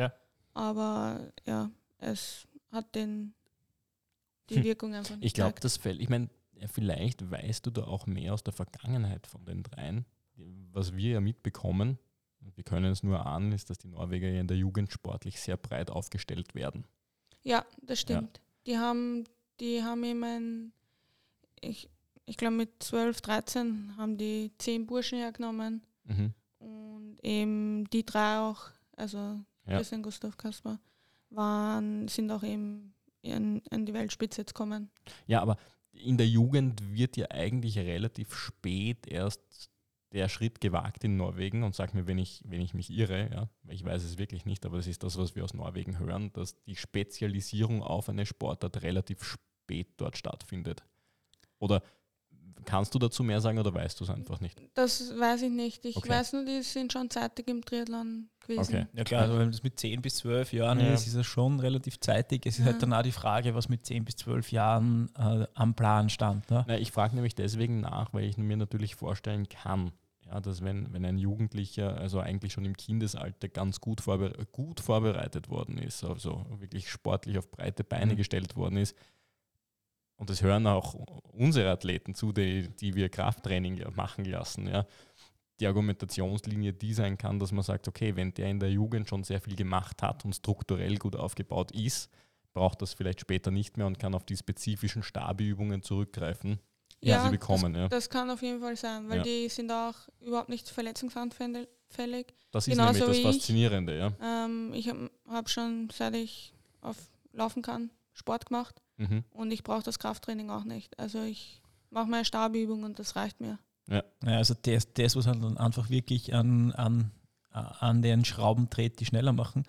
aber ja, es hat die Hm. Wirkung einfach nicht ich glaube, gezeigt. das fällt. Ich meine, vielleicht weißt du da auch mehr aus der Vergangenheit von den dreien. Was wir ja mitbekommen, und wir können es nur ahnen, ist, dass die Norweger ja in der Jugend sportlich sehr breit aufgestellt werden. Ja, das stimmt. Die haben eben, ich glaube mit 12, 13 haben die 10 Burschen hergenommen Mhm. und eben die 3 auch, also Ja. Christian, Gustav, Kaspar, sind auch eben an die Weltspitze jetzt kommen. Ja, aber in der Jugend wird ja eigentlich relativ spät erst der Schritt gewagt in Norwegen, und sag mir, wenn ich mich irre, ja, weil ich weiß es wirklich nicht, aber das ist das, was wir aus Norwegen hören, dass die Spezialisierung auf eine Sportart relativ spät dort stattfindet. Oder kannst du dazu mehr sagen oder weißt du es einfach nicht? Das weiß ich nicht. Ich Okay. weiß nur, die sind schon zeitig im Triathlon gewesen. Okay. Ja klar, also wenn das mit 10 bis 12 Jahren Ja. ist es schon relativ zeitig. Es ist Ja. halt dann auch die Frage, was mit 10 bis 12 Jahren am Plan stand. Ne? Na, ich frage nämlich deswegen nach, weil ich mir natürlich vorstellen kann, ja, dass wenn ein Jugendlicher, also eigentlich schon im Kindesalter ganz gut vorbereitet worden ist, also wirklich sportlich auf breite Beine gestellt worden ist, und das hören auch unsere Athleten zu, die wir Krafttraining machen lassen, ja, die Argumentationslinie die sein kann, dass man sagt, okay, wenn der in der Jugend schon sehr viel gemacht hat und strukturell gut aufgebaut ist, braucht das vielleicht später nicht mehr und kann auf die spezifischen Stabi-Übungen zurückgreifen, die sie bekommen. Ja. Das kann auf jeden Fall sein, weil Ja. die sind auch überhaupt nicht verletzungsanfällig. Das ist genauso nämlich das wie ich. Faszinierende. Ja. Ich habe schon, seit ich laufen kann, Sport gemacht Mhm. und ich brauche das Krafttraining auch nicht. Also ich mache meine Stabübung und das reicht mir. Ja, also das was halt dann einfach wirklich an den Schrauben dreht, die schneller machen.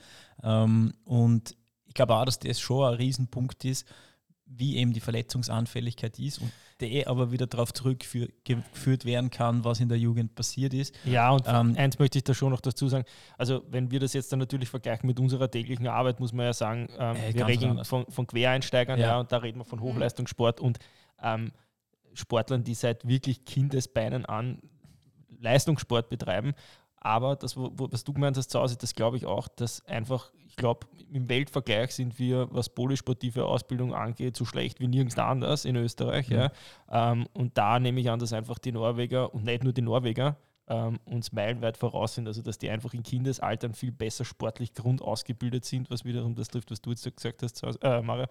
Und ich glaube auch, dass das schon ein Riesenpunkt ist, wie eben die Verletzungsanfälligkeit ist und der aber wieder darauf zurückgeführt werden kann, was in der Jugend passiert ist. Ja, und eins möchte ich da schon noch dazu sagen. Also wenn wir das jetzt dann natürlich vergleichen mit unserer täglichen Arbeit, muss man ja sagen, wir ganz reden anders. von Quereinsteigern, Ja. ja, und da reden wir von Hochleistungssport und Sportlern, die seit wirklich Kindesbeinen an Leistungssport betreiben. Aber das, was du gemeint hast zu Hause, das glaube ich auch, dass einfach, ich glaube, im Weltvergleich sind wir, was polysportive Ausbildung angeht, so schlecht wie nirgends anders in Österreich. Mhm. Ja. Und da nehme ich an, dass einfach die Norweger und nicht nur die Norweger, uns meilenweit voraus sind, also dass die einfach in Kindesaltern viel besser sportlich grundausgebildet sind, was wiederum das trifft, was du jetzt gesagt hast, Mario.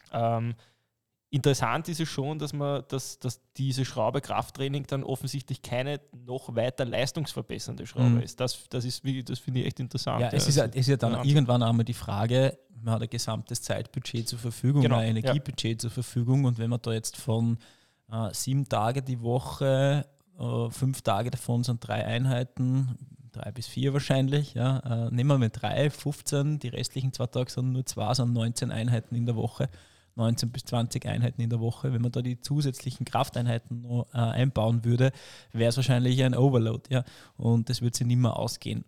Interessant ist es schon, dass diese Schraube Krafttraining dann offensichtlich keine noch weiter leistungsverbessernde Schraube ist. Das finde ich echt interessant. Ja, es ist ja dann irgendwann einmal die Frage, man hat ein gesamtes Zeitbudget zur Verfügung, genau, ein Energiebudget zur Verfügung, und wenn man da jetzt von 7 Tage die Woche, 5 Tage davon sind 3 Einheiten, 3 bis 4 wahrscheinlich, nehmen wir mit 3, 15, die restlichen 2 Tage sind nur 2, sind 19 Einheiten in der Woche. 19 bis 20 Einheiten in der Woche. Wenn man da die zusätzlichen Krafteinheiten noch einbauen würde, wäre es wahrscheinlich ein Overload. Ja? Und das würde sich nicht mehr ausgehen.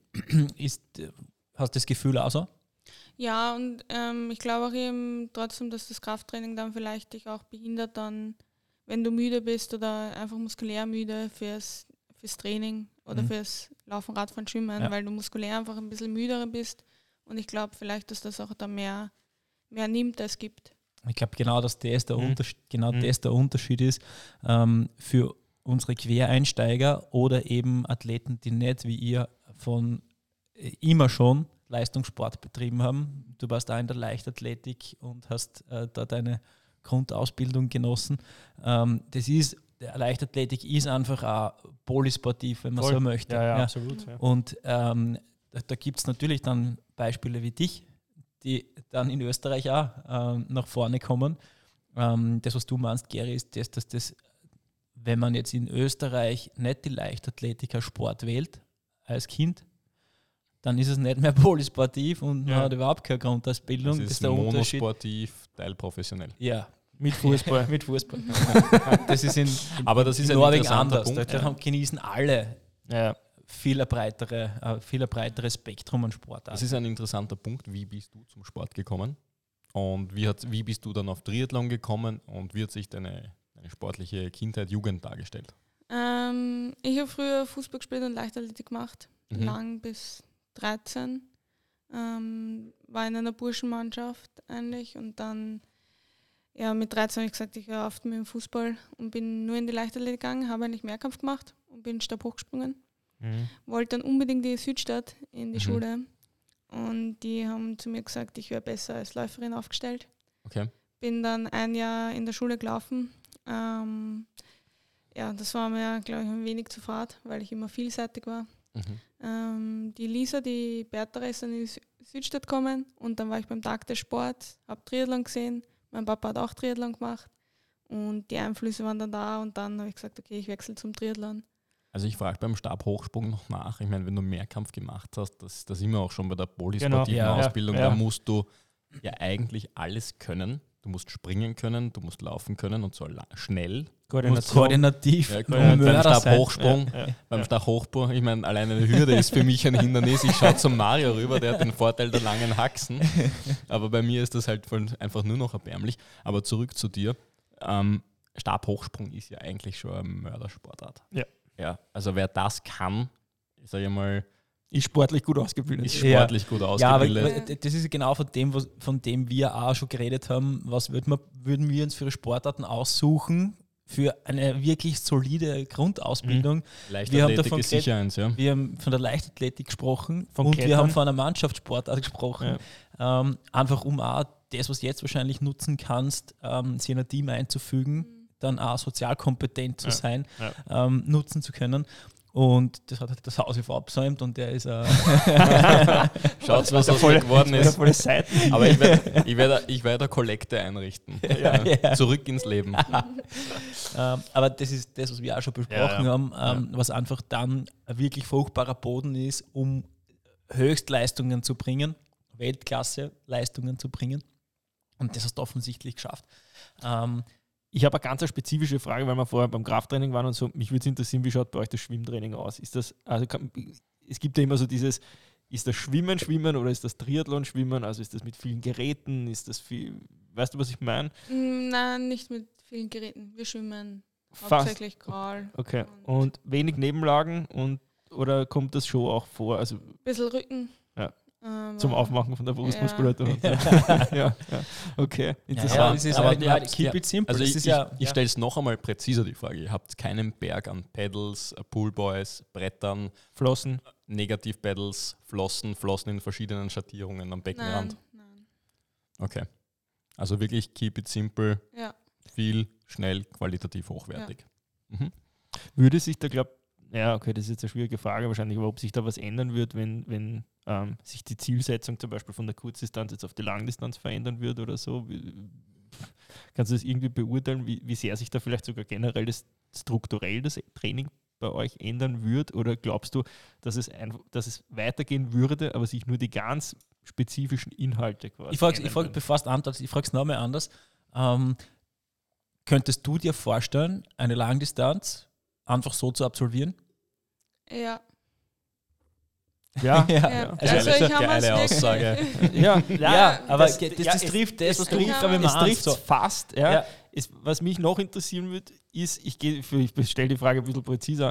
Hast du das Gefühl auch so? Ja, und ich glaube auch eben trotzdem, dass das Krafttraining dann vielleicht dich auch behindert, dann, wenn du müde bist oder einfach muskulär müde fürs Training oder fürs Laufen, Radfahren, Schwimmen, weil du muskulär einfach ein bisschen müder bist. Und ich glaube vielleicht, dass das auch dann mehr nimmt, als gibt. Ich glaube, genau, dass das der Unterschied ist für unsere Quereinsteiger oder eben Athleten, die nicht wie ihr von immer schon Leistungssport betrieben haben. Du warst da in der Leichtathletik und hast da deine Grundausbildung genossen. Leichtathletik ist einfach auch polysportiv, wenn man so möchte. Ja, absolut. Ja. Und da gibt es natürlich dann Beispiele wie dich, die dann in Österreich auch nach vorne kommen. Das, was du meinst, Gary, ist, dass das, wenn man jetzt in Österreich nicht die Leichtathletik als Sport wählt, als Kind, dann ist es nicht mehr polysportiv und man hat überhaupt keine Grundausbildung. Das ist der monosportiv, teilprofessionell. Ja. Mit Fußball. Mit Fußball. Das ist in das ist Norwegen anders. Punkt, da genießen alle viel breiteres Spektrum an Sportarten. Das ist ein interessanter Punkt. Wie bist du zum Sport gekommen? Und wie bist du dann auf Triathlon gekommen? Und wie hat sich deine sportliche Kindheit, Jugend dargestellt? Ich habe früher Fußball gespielt und Leichtathletik gemacht. Lang bis 13. War in einer Burschenmannschaft eigentlich. Und dann mit 13 habe ich gesagt, ich höre auf mit dem Fußball und bin nur in die Leichtathletik gegangen, habe eigentlich Mehrkampf gemacht und bin Stab hochgesprungen. Wollte dann unbedingt die Südstadt in die Schule und die haben zu mir gesagt, ich wäre besser als Läuferin aufgestellt. Okay. Bin dann ein Jahr in der Schule gelaufen. Das war mir, glaube ich, ein wenig zu fad, weil ich immer vielseitig war. Die Lisa, die Bertha, ist dann in die Südstadt gekommen und dann war ich beim Tag des Sports, habe Triathlon gesehen. Mein Papa hat auch Triathlon gemacht und die Einflüsse waren dann da und dann habe ich gesagt, okay, ich wechsle zum Triathlon. Also ich frage beim Stabhochsprung noch nach. Ich meine, wenn du Mehrkampf gemacht hast, das sind wir auch schon bei der polysportiven Ausbildung, da musst du ja eigentlich alles können. Du musst springen können, du musst laufen können und so schnell. Koordinativ. Beim Stabhochsprung, beim Stabhochsprung, ich meine, alleine eine Hürde ist für mich ein Hindernis. Ich schaue zum Mario rüber, der hat den Vorteil der langen Haxen. Aber bei mir ist das halt einfach nur noch erbärmlich. Aber zurück zu dir. Stabhochsprung ist ja eigentlich schon eine Mördersportart. Ja, also wer das kann, sage ich mal, ist sportlich gut ausgebildet. Ja, aber das ist genau von dem wir auch schon geredet haben. Was würden wir uns für Sportarten aussuchen, für eine wirklich solide Grundausbildung? Leichtathletik ist sicher eins, ja. Wir haben von der Leichtathletik gesprochen und Klettern. Wir haben von einer Mannschaftssportart gesprochen. Ja. Einfach um auch das, was du jetzt wahrscheinlich nutzen kannst, sich in ein Team einzufügen, dann auch sozial kompetent zu sein, nutzen zu können. Und das hat das Haus verabsäumt und der ist schaut, was aus geworden ist. Aber ich werde eine Kollekte einrichten. Zurück ins Leben. Aber das ist das, was wir auch schon besprochen haben, was einfach dann ein wirklich fruchtbarer Boden ist, um Höchstleistungen zu bringen, Weltklasse-Leistungen zu bringen. Und das hast du offensichtlich geschafft. Ich habe eine ganz spezifische Frage, weil wir vorher beim Krafttraining waren und so. Mich würde es interessieren, wie schaut bei euch das Schwimmtraining aus? Ist das, es gibt ja immer so dieses, ist das Schwimmen oder ist das Triathlon-Schwimmen? Also ist das mit vielen Geräten? Ist das viel, weißt du, was ich meine? Nein, nicht mit vielen Geräten. Wir schwimmen hauptsächlich Crawl. Okay. Und wenig Nebenlagen oder kommt das schon auch vor? Also ein bisschen Rücken. Ja. Zum Aufmachen von der Brustmuskulatur. Ja. Okay, interessant. Keep it simple. Also ich stelle es noch einmal präziser, die Frage. Ihr habt keinen Berg an Pedals, Poolboys, Brettern, Flossen, Negativ-Pedals, Flossen in verschiedenen Schattierungen am Beckenrand? Nein. Okay. Also wirklich keep it simple, viel, schnell, qualitativ hochwertig. Ja. Würde sich da, das ist jetzt eine schwierige Frage wahrscheinlich, aber ob sich da was ändern wird, wenn sich die Zielsetzung zum Beispiel von der Kurzdistanz jetzt auf die Langdistanz verändern wird oder so. Kannst du das irgendwie beurteilen, wie sehr sich da vielleicht sogar generell strukturell das Training bei euch ändern wird? Oder glaubst du, dass es weitergehen würde, aber sich nur die ganz spezifischen Inhalte quasi Ich frage, bevor du antwortest, ich frage es nochmal anders. Könntest du dir vorstellen, eine Langdistanz einfach so zu absolvieren? Ja. Ja. Also ich habe eine Aussage. Aber das trifft das, was du es trifft fast. Ja. Was mich noch interessieren würde, ist, ich stelle die Frage ein bisschen präziser.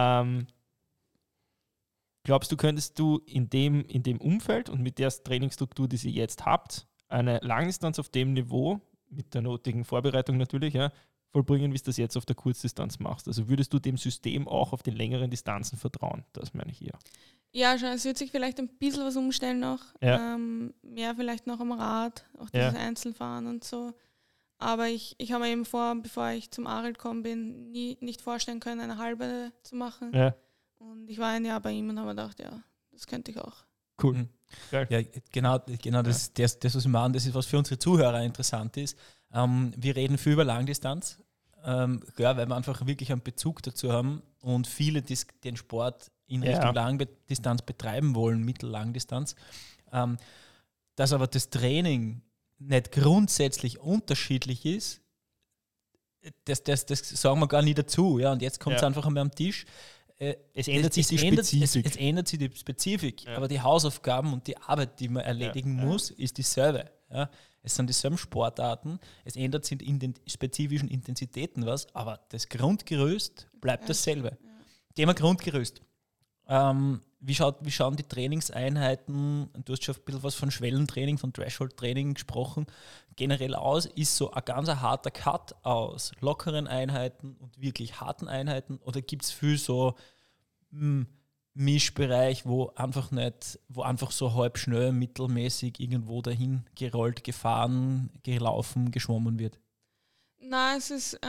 Glaubst du, könntest du in dem Umfeld und mit der Trainingsstruktur, die ihr jetzt habt, eine Langdistanz auf dem Niveau, mit der nötigen Vorbereitung natürlich, vollbringen, wie es das jetzt auf der Kurzdistanz machst? Also würdest du dem System auch auf den längeren Distanzen vertrauen? Das meine ich eher. Ja, schon. Es wird sich vielleicht ein bisschen was umstellen noch. Ja. Mehr vielleicht noch am Rad, auch dieses Einzelfahren und so. Aber ich habe mir eben bevor ich zum Arild gekommen bin, nicht vorstellen können, eine halbe zu machen. Ja. Und ich war ein Jahr bei ihm und habe mir gedacht, das könnte ich auch. Cool. Geil. Ja, genau das, was wir machen, das ist, was für unsere Zuhörer interessant ist. Wir reden viel über Langdistanz, weil wir einfach wirklich einen Bezug dazu haben und viele den Sport in Richtung Langdistanz betreiben wollen, Mittel-Langdistanz. Dass aber das Training nicht grundsätzlich unterschiedlich ist, das sagen wir gar nie dazu. Ja? Und jetzt kommt es einfach einmal am Tisch. Es ändert sich die Spezifik. Es ändert sich die Spezifik, aber die Hausaufgaben und die Arbeit, die man erledigen muss, ist dieselbe. Ja? Es sind dieselben Sportarten, es ändert sich in den spezifischen Intensitäten was, aber das Grundgerüst bleibt dasselbe. Thema Grundgerüst. Wie schauen die Trainingseinheiten, du hast schon ein bisschen was von Schwellentraining, von Threshold-Training gesprochen, generell aus? Ist so ein ganz harter Cut aus lockeren Einheiten und wirklich harten Einheiten oder gibt es viel so Mischbereich, wo einfach so halb schnell, mittelmäßig irgendwo dahin gerollt, gefahren, gelaufen, geschwommen wird? Na, es ist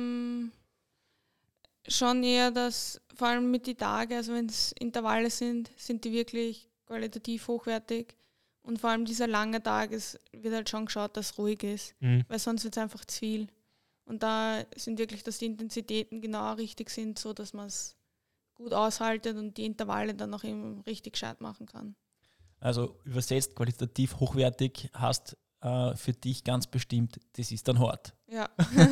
schon eher, dass vor allem mit den Tagen, also wenn es Intervalle sind die wirklich qualitativ hochwertig. Und vor allem dieser lange Tag, es wird halt schon geschaut, dass es ruhig ist, weil sonst wird es einfach zu viel. Und da sind wirklich, dass die Intensitäten genau richtig sind, so dass man es gut aushaltet und die Intervalle dann noch eben richtig gescheit machen kann. Also übersetzt, qualitativ hochwertig heißt für dich ganz bestimmt, das ist dann hart. Ja.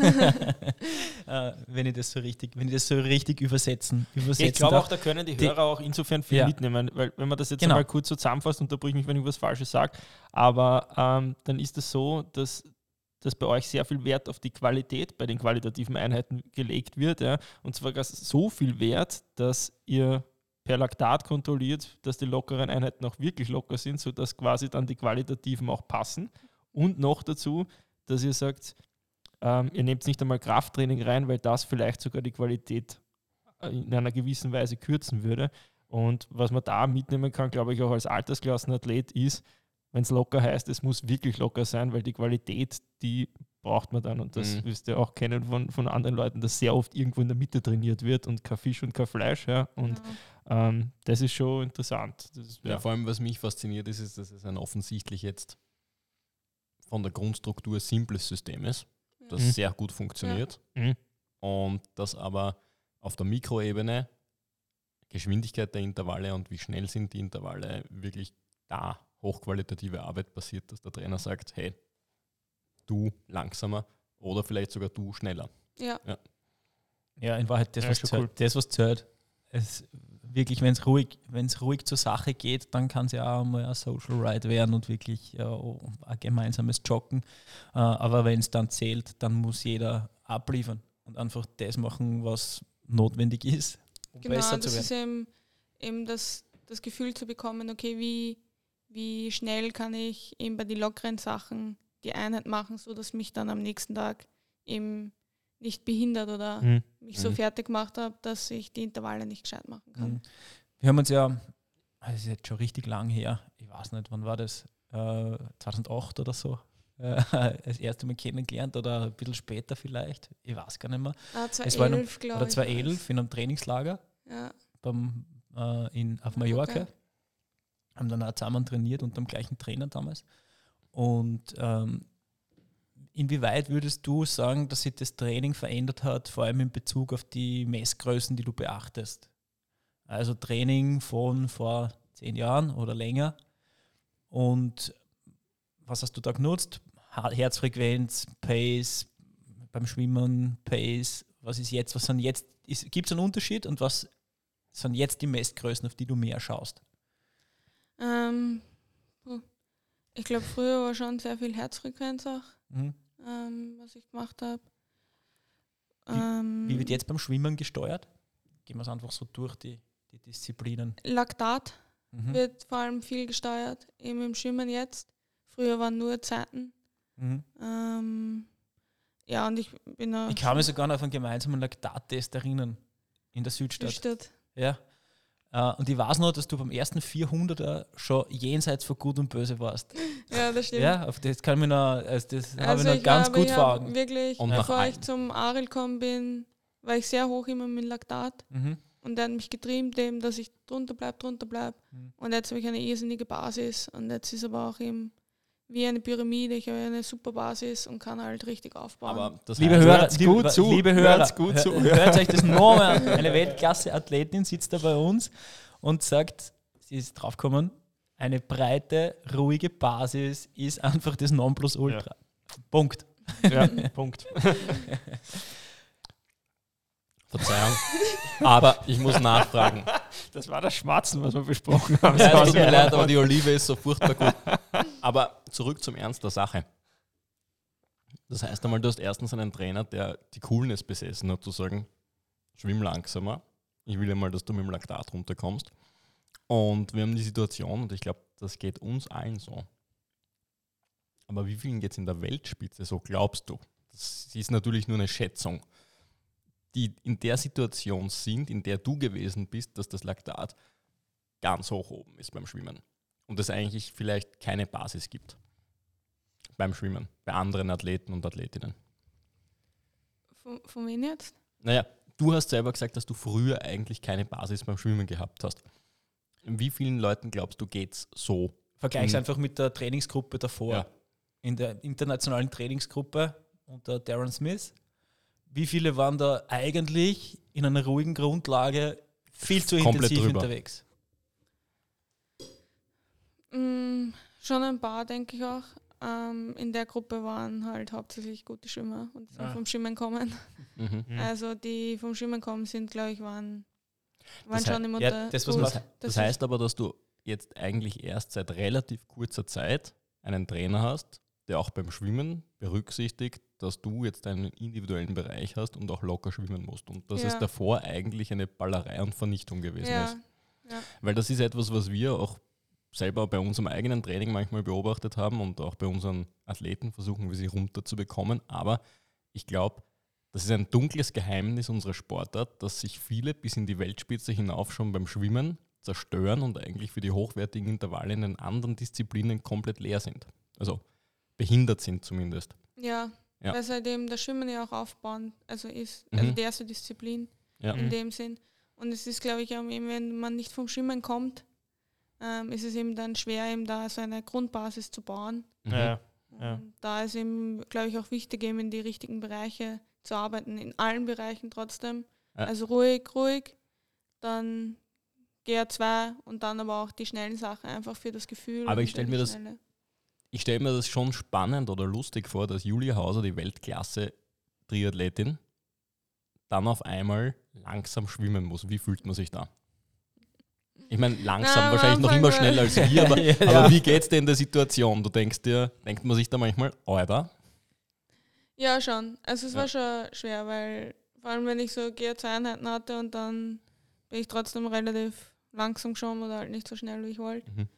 Wenn ich das so richtig übersetzen ich glaube auch, da können die Hörer auch insofern viel mitnehmen, weil wenn man das jetzt einmal kurz so zusammenfasst, unterbrich mich, wenn ich was Falsches sage, aber dann ist es so, dass bei euch sehr viel Wert auf die Qualität bei den qualitativen Einheiten gelegt wird, und zwar so viel Wert, dass ihr per Laktat kontrolliert, dass die lockeren Einheiten auch wirklich locker sind, sodass quasi dann die qualitativen auch passen. Und noch dazu, dass ihr sagt, ihr nehmt nicht einmal Krafttraining rein, weil das vielleicht sogar die Qualität in einer gewissen Weise kürzen würde. Und was man da mitnehmen kann, glaube ich, auch als Altersklassenathlet ist, wenn es locker heißt, es muss wirklich locker sein, weil die Qualität, die braucht man dann. Und das wirst ihr auch kennen von anderen Leuten, dass sehr oft irgendwo in der Mitte trainiert wird und kein Fisch und kein Fleisch. Ja. Und das ist schon interessant. Vor allem, was mich fasziniert, ist, dass es ein offensichtlich jetzt von der Grundstruktur simples System ist, das sehr gut funktioniert und das aber auf der Mikroebene Geschwindigkeit der Intervalle und wie schnell sind die Intervalle wirklich da hochqualitative Arbeit passiert, dass der Trainer sagt, hey, du langsamer oder vielleicht sogar du schneller. Ja, in Wahrheit was zählt. Wirklich, wenn es ruhig zur Sache geht, dann kann es ja auch mal ein Social Ride werden und wirklich ein gemeinsames Joggen. Aber wenn es dann zählt, dann muss jeder abliefern und einfach das machen, was notwendig ist, um besser zu werden. Genau, das ist eben das Gefühl zu bekommen, okay, wie wie schnell kann ich eben bei den lockeren Sachen die Einheit machen, sodass mich dann am nächsten Tag eben nicht behindert oder mich so fertig gemacht habe, dass ich die Intervalle nicht gescheit machen kann. Wir haben uns ja, das ist jetzt schon richtig lang her, ich weiß nicht, wann war das, 2008 oder so, das erste Mal kennengelernt oder ein bisschen später vielleicht, ich weiß gar nicht mehr. 2011, glaube ich. Oder 2011 in einem Trainingslager auf Mallorca. Okay. Haben dann auch zusammen trainiert unter dem gleichen Trainer damals. Und inwieweit würdest du sagen, dass sich das Training verändert hat, vor allem in Bezug auf die Messgrößen, die du beachtest? Also Training von vor 10 Jahren oder länger. Und was hast du da genutzt? Herzfrequenz, Pace, beim Schwimmen, Pace. Was ist jetzt? Was sind jetzt? Gibt es einen Unterschied? Und was sind jetzt die Messgrößen, auf die du mehr schaust? Ich glaube, früher war schon sehr viel Herzfrequenz auch, was ich gemacht habe. Wie wird jetzt beim Schwimmen gesteuert? Gehen wir es einfach so durch die Disziplinen. Laktat wird vor allem viel gesteuert, eben im Schwimmen jetzt. Früher waren nur Zeiten. Ja, und ich bin auch... Ich kann mich sogar noch auf einen gemeinsamen Laktattest erinnern, in der Südstadt. Ja. Und ich weiß noch, dass du beim ersten 400er schon jenseits von Gut und Böse warst. Ja, das stimmt. Ja, auf das kann ich mich noch, das habe ich noch ganz gut vor Augen. Wirklich, und bevor ich zum Ariel gekommen bin, war ich sehr hoch immer mit Laktat. Und der hat mich getrieben, dem, dass ich drunter bleibe. Und jetzt habe ich eine irrsinnige Basis. Und jetzt ist aber auch eben wie eine Pyramide. Ich habe eine super Basis und kann halt richtig aufbauen. Aber das liebe Hörer, hört euch das nochmal an. Eine Weltklasse-Athletin sitzt da bei uns und sagt, sie ist draufgekommen, eine breite, ruhige Basis ist einfach das Nonplusultra. Ja. Punkt. Ja, Punkt. Verzeihung, aber ich muss nachfragen. Das war das Schmatzen, was wir besprochen haben. Ja, es tut mir leid, aber die Olive ist so furchtbar gut. Aber zurück zum Ernst der Sache. Das heißt einmal, du hast erstens einen Trainer, der die Coolness besessen hat, zu sagen, schwimm langsamer. Ich will einmal, dass du mit dem Laktat runterkommst. Und wir haben die Situation, und ich glaube, das geht uns allen so. Aber wie vielen geht es in der Weltspitze so, glaubst du? Das ist natürlich nur eine Schätzung, die in der Situation sind, in der du gewesen bist, dass das Laktat ganz hoch oben ist beim Schwimmen. Und es eigentlich vielleicht keine Basis gibt beim Schwimmen, bei anderen Athleten und Athletinnen. Von wem jetzt? Naja, du hast selber gesagt, dass du früher eigentlich keine Basis beim Schwimmen gehabt hast. Wie vielen Leuten glaubst du, geht's so? Vergleich's einfach mit der Trainingsgruppe davor. Ja. In der internationalen Trainingsgruppe unter Darren Smith. Wie viele waren da eigentlich in einer ruhigen Grundlage viel zu komplett intensiv drüber unterwegs? Schon ein paar, denke ich auch. In der Gruppe waren halt hauptsächlich gute Schwimmer und die sind vom Schwimmen kommen. Also die vom Schwimmen kommen sind, glaube ich, waren schon im Das heißt aber, dass du jetzt eigentlich erst seit relativ kurzer Zeit einen Trainer hast, der auch beim Schwimmen berücksichtigt, dass du jetzt einen individuellen Bereich hast und auch locker schwimmen musst. Und dass es davor eigentlich eine Ballerei und Vernichtung gewesen ist. Ja. Weil das ist etwas, was wir auch selber bei unserem eigenen Training manchmal beobachtet haben und auch bei unseren Athleten versuchen wir sie runterzubekommen. Aber ich glaube, das ist ein dunkles Geheimnis unserer Sportart, dass sich viele bis in die Weltspitze hinauf schon beim Schwimmen zerstören und eigentlich für die hochwertigen Intervalle in den anderen Disziplinen komplett leer sind. Also behindert sind zumindest. Ja. Weil seitdem das Schwimmen ja auch aufbauen, also ist, also die erste Disziplin in dem Sinn. Und es ist, glaube ich, auch eben, wenn man nicht vom Schwimmen kommt, ist es eben dann schwer, eben da so eine Grundbasis zu bauen. Ja. Und da ist eben, glaube ich, auch wichtig, eben in die richtigen Bereiche zu arbeiten, in allen Bereichen trotzdem. Ja. Also ruhig, dann GR2 und dann aber auch die schnellen Sachen einfach für das Gefühl. Aber ich stelle mir das schon spannend oder lustig vor, dass Julia Hauser, die Weltklasse-Triathletin, dann auf einmal langsam schwimmen muss. Wie fühlt man sich da? Ich meine, langsam, wahrscheinlich noch immer schneller als wir, aber wie geht es dir in der Situation? Denkt man sich da manchmal, Alter? Ja, schon. Also es war schon schwer, weil vor allem, wenn ich so GR2-Einheiten hatte und dann bin ich trotzdem relativ langsam geschwommen oder halt nicht so schnell, wie ich wollte.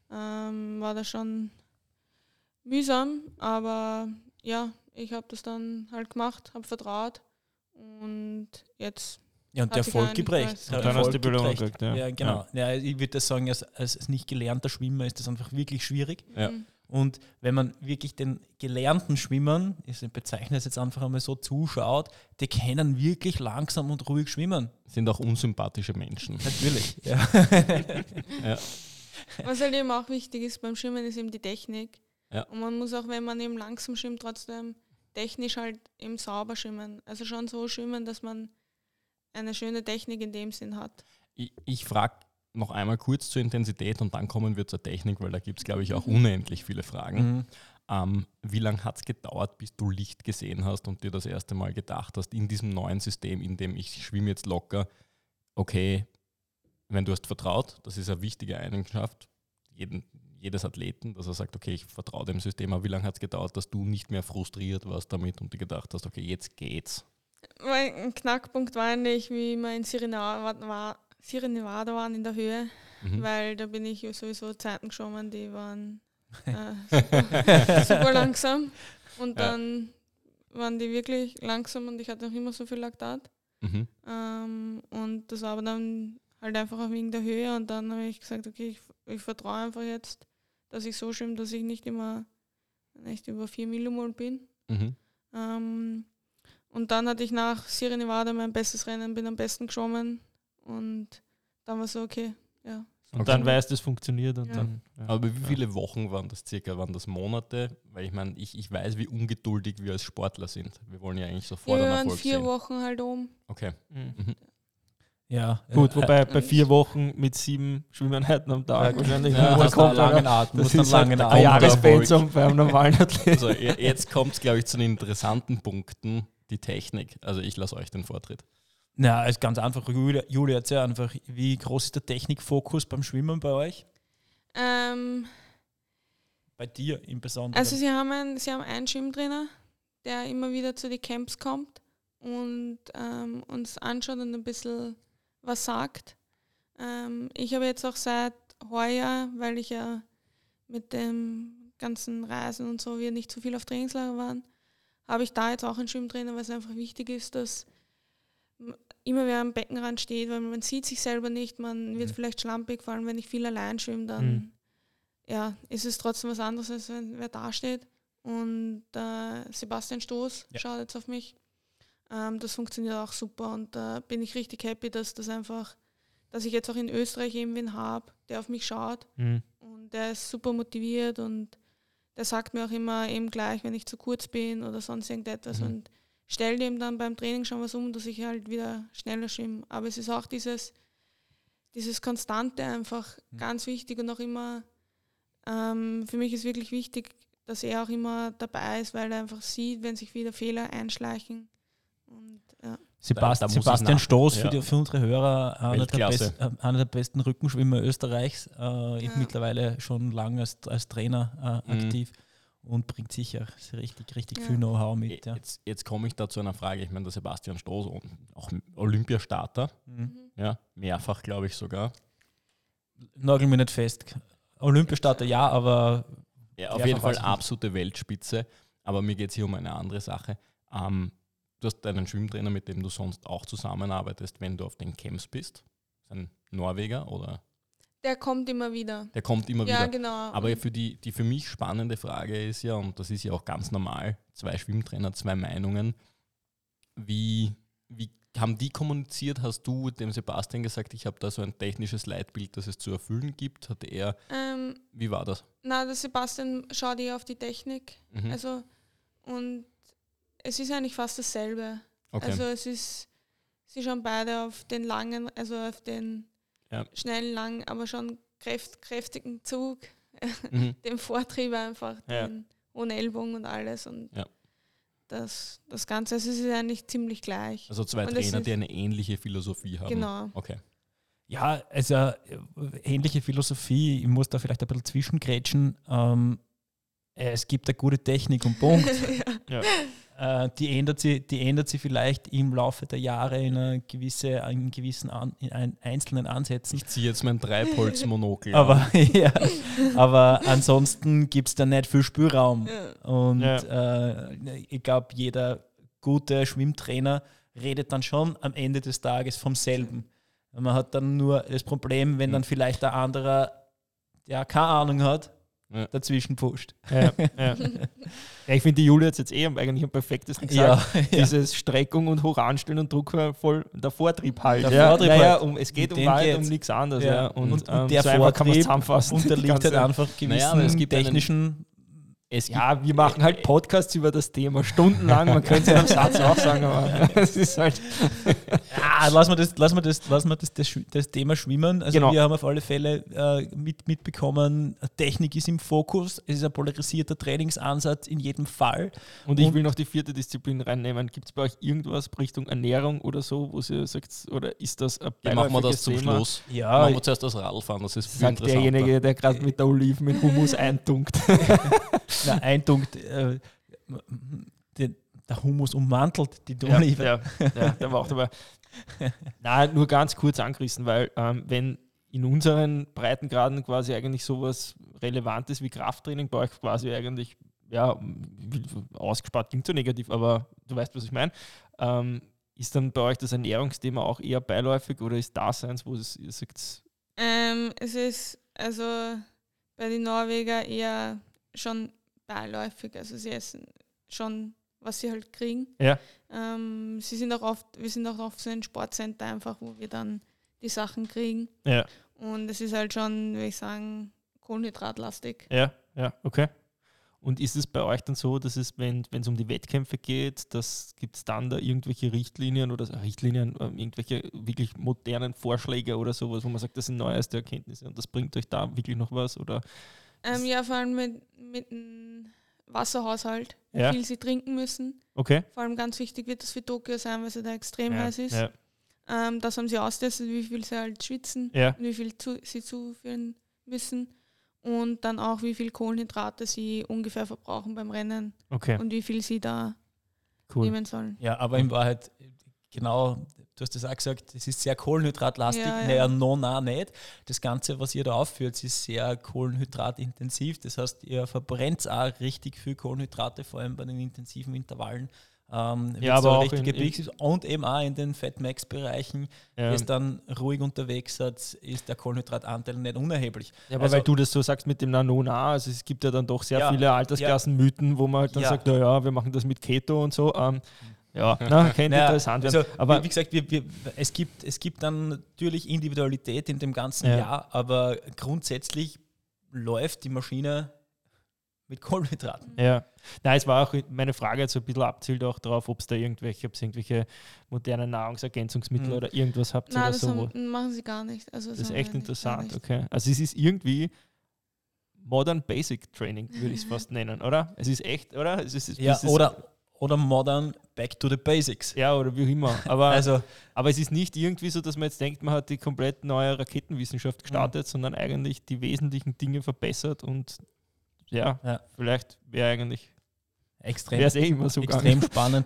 war das schon mühsam, aber ja, ich habe das dann halt gemacht, habe vertraut und jetzt Ja, und der Erfolg geprägt. Und dann hast du die Belohnung gekriegt. Ja, genau. Ja, ich würde sagen, als nicht gelernter Schwimmer ist das einfach wirklich schwierig. Ja. Und wenn man wirklich den gelernten Schwimmern, ich bezeichne es jetzt einfach einmal so, zuschaut, die können wirklich langsam und ruhig schwimmen. Sind auch unsympathische Menschen. Natürlich. Ja. Ja. Was halt eben auch wichtig ist beim Schwimmen, ist eben die Technik. Ja. Und man muss auch, wenn man eben langsam schwimmt, trotzdem technisch halt eben sauber schwimmen. Also schon so schwimmen, dass man eine schöne Technik in dem Sinn hat. Ich frage noch einmal kurz zur Intensität und dann kommen wir zur Technik, weil da gibt es, glaube ich, auch unendlich viele Fragen. Wie lange hat es gedauert, bis du Licht gesehen hast und dir das erste Mal gedacht hast, in diesem neuen System, in dem ich schwimme jetzt locker, okay, wenn du hast vertraut, das ist eine wichtige Eigenschaft jedes Athleten, dass er sagt, okay, ich vertraue dem System, aber wie lange hat es gedauert, dass du nicht mehr frustriert warst damit und dir gedacht hast, okay, jetzt geht's? Ein Knackpunkt war eigentlich, wie wir in Sierra Nevada waren in der Höhe, weil da bin ich sowieso Zeiten geschwommen, die waren super langsam und dann waren die wirklich langsam und ich hatte noch immer so viel Laktat. Und das war aber dann halt einfach auch wegen der Höhe und dann habe ich gesagt, okay, ich vertraue einfach jetzt, dass ich so schwimme, dass ich nicht immer echt über 4 Millimol bin. Und dann hatte ich nach Sierra Nevada mein bestes Rennen, bin am besten geschwommen und dann war so, okay, ja. Und dann weißt du, es funktioniert. Und dann, Aber wie viele Wochen waren das circa? Waren das Monate? Weil ich meine, ich weiß, wie ungeduldig wir als Sportler sind. Wir wollen ja eigentlich sofort einen Erfolg sehen. Wir waren 4 Wochen halt oben. Okay. Ja, gut, wobei bei 4 Wochen mit 7 Schwimmeinheiten am Tag wahrscheinlich das kommt langen Atem. Das ist halt ein Jahrespensum beim normalen Athleten. Also jetzt kommt es, glaube ich, zu den interessanten Punkten, die Technik. Also ich lasse euch den Vortritt. Na, ist ganz einfach. Julia, erzähl einfach, wie groß ist der Technikfokus beim Schwimmen bei euch? Bei dir im Besonderen? Also sie haben einen Schwimmtrainer, der immer wieder zu den Camps kommt und uns anschaut und ein bisschen was sagt. Ich habe jetzt auch seit heuer, weil ich ja mit dem ganzen Reisen und so, wir nicht so viel auf Trainingslager waren, habe ich da jetzt auch einen Schwimmtrainer, weil es einfach wichtig ist, dass immer wer am Beckenrand steht, weil man sieht sich selber nicht, man wird vielleicht schlampig, vor allem wenn ich viel allein schwimme, dann ist es trotzdem was anderes, als wenn wer da steht. Und Sebastian Stoß schaut jetzt auf mich. Das funktioniert auch super und da bin ich richtig happy, dass ich jetzt auch in Österreich eben wen habe, der auf mich schaut und der ist super motiviert und der sagt mir auch immer eben gleich, wenn ich zu kurz bin oder sonst irgendetwas und stellt ihm dann beim Training schon was um, dass ich halt wieder schneller schwimme. Aber es ist auch dieses Konstante einfach ganz wichtig und auch immer, für mich ist wirklich wichtig, dass er auch immer dabei ist, weil er einfach sieht, wenn sich wieder Fehler einschleichen. Und, Sebastian Stoß für unsere Hörer, einer der besten Rückenschwimmer Österreichs, mittlerweile schon lange als Trainer aktiv und bringt sicher richtig viel Know-how mit. Ja. Jetzt komme ich da zu einer Frage. Ich meine, der Sebastian Stoß, auch Olympiastarter, mehrfach glaube ich sogar. Nagel mir nicht fest. Olympiastarter aber auf jeden Fall absolute Weltspitze. Aber mir geht es hier um eine andere Sache. Du hast einen Schwimmtrainer, mit dem du sonst auch zusammenarbeitest, wenn du auf den Camps bist. Ist ein Norweger oder? Der kommt immer wieder. Ja, genau. Aber für die für mich spannende Frage ist ja, und das ist ja auch ganz normal, 2 Schwimmtrainer, 2 Meinungen. Wie haben die kommuniziert? Hast du dem Sebastian gesagt, ich habe da so ein technisches Leitbild, das es zu erfüllen gibt? Hat er, wie war das? Na, der Sebastian schaut eher auf die Technik. Also, und es ist eigentlich fast dasselbe. Okay. Also sie schauen beide auf den langen, also auf den schnellen, langen, aber schon kräftigen Zug, den Vortrieb einfach, den ohne Ellbogen und alles. Und das Ganze, also es ist eigentlich ziemlich gleich. Also 2 Trainer, die eine ähnliche Philosophie haben. Genau. Okay. Ja, also ähnliche Philosophie, ich muss da vielleicht ein bisschen zwischengrätschen. Es gibt eine gute Technik und Punkt. Die ändert sie vielleicht im Laufe der Jahre in gewissen einzelnen Ansätzen. Ich ziehe jetzt mein Treibholzmonokel aber, ja, aber ansonsten gibt es da nicht viel Spielraum. Ja. Und ich glaube, jeder gute Schwimmtrainer redet dann schon am Ende des Tages vom selben. Man hat dann nur das Problem, wenn dann vielleicht der andere, der keine Ahnung hat, dazwischen pusht. Ja, ich finde, die Julia hat es jetzt eigentlich am perfektesten gesagt. Dieses Streckung und Hochanstellen und Druck voll der Vortrieb halt. Es geht um nichts anderes. Ja. Und der so Vortrieb kann man es zusammenfassen. Unterliegt halt einfach gewissen technischen... wir machen halt Podcasts über das Thema stundenlang, man könnte es in einem Satz auch sagen, aber es ist halt... lassen wir das Thema Schwimmen. Also wir haben auf alle Fälle mitbekommen, Technik ist im Fokus, es ist ein polarisierter Trainingsansatz in jedem Fall. Und ich will noch die 4. Disziplin reinnehmen. Gibt es bei euch irgendwas Richtung Ernährung oder so, wo ihr sagt, oder ist das ein machen wir das zum Thema? Schluss. Ja, machen wir zuerst das Radfahren, das ist viel sagt derjenige, der gerade mit der Oliven mit Hummus eintunkt. Eintunkt, der Hummus ummantelt die Olive. Ja, der macht aber. Nein, nur ganz kurz angerissen, weil wenn in unseren Breitengraden quasi eigentlich sowas Relevantes wie Krafttraining bei euch quasi eigentlich, ausgespart klingt so negativ, aber du weißt, was ich meine. Ist dann bei euch das Ernährungsthema auch eher beiläufig oder ist das eins, wo ihr sagt? Es ist also bei den Norweger eher schon beiläufig, also sie essen schon, was sie halt kriegen. Ja. Wir sind auch oft so ein Sportcenter einfach, wo wir dann die Sachen kriegen. Ja. Und es ist halt schon, würde ich sagen, kohlenhydratlastig. Ja, okay. Und ist es bei euch dann so, dass es, wenn es um die Wettkämpfe geht, gibt es dann da irgendwelche Richtlinien, irgendwelche wirklich modernen Vorschläge oder sowas, wo man sagt, das sind neueste Erkenntnisse und das bringt euch da wirklich noch was? Oder vor allem mit dem Wasserhaushalt, wie viel sie trinken müssen. Okay. Vor allem ganz wichtig wird das für Tokio sein, weil es da extrem heiß ist. Ja. Das haben sie austestet, wie viel sie halt schwitzen, und wie viel sie zuführen müssen und dann auch, wie viel Kohlenhydrate sie ungefähr verbrauchen beim Rennen und wie viel sie da nehmen sollen. Ja, aber in Wahrheit, genau, du hast das auch gesagt, es ist sehr kohlenhydratlastig. Nicht. Das Ganze, was ihr da aufführt, ist sehr kohlenhydratintensiv. Das heißt, ihr verbrennt auch richtig viel Kohlenhydrate, vor allem bei den intensiven Intervallen. Aber auch und eben auch in den Fatmax-Bereichen, wenn es dann ruhig unterwegs seid, ist der Kohlenhydratanteil nicht unerheblich. Ja, aber weil du das so sagst mit dem Nano, also es gibt ja dann doch sehr viele Altersklassenmythen, wo man halt dann sagt, wir machen das mit Keto und so. Könnte interessant werden. Also, aber wie gesagt, es gibt dann natürlich Individualität in dem ganzen Jahr, aber grundsätzlich läuft die Maschine mit Kohlenhydraten. Ja. Nein, es war auch meine Frage jetzt so ein bisschen abzielt auch darauf, ob es da irgendwelche modernen Nahrungsergänzungsmittel oder irgendwas habt. Nein, oder das so. machen sie gar nicht. Also das ist echt interessant, okay. Also es ist irgendwie Modern Basic Training, würde ich es fast nennen, oder? Es ist echt, oder? Oder Modern Back to the Basics. Ja, oder wie auch immer. Aber, aber es ist nicht irgendwie so, dass man jetzt denkt, man hat die komplett neue Raketenwissenschaft gestartet, sondern eigentlich die wesentlichen Dinge verbessert und vielleicht wäre eigentlich extrem immer so spannend.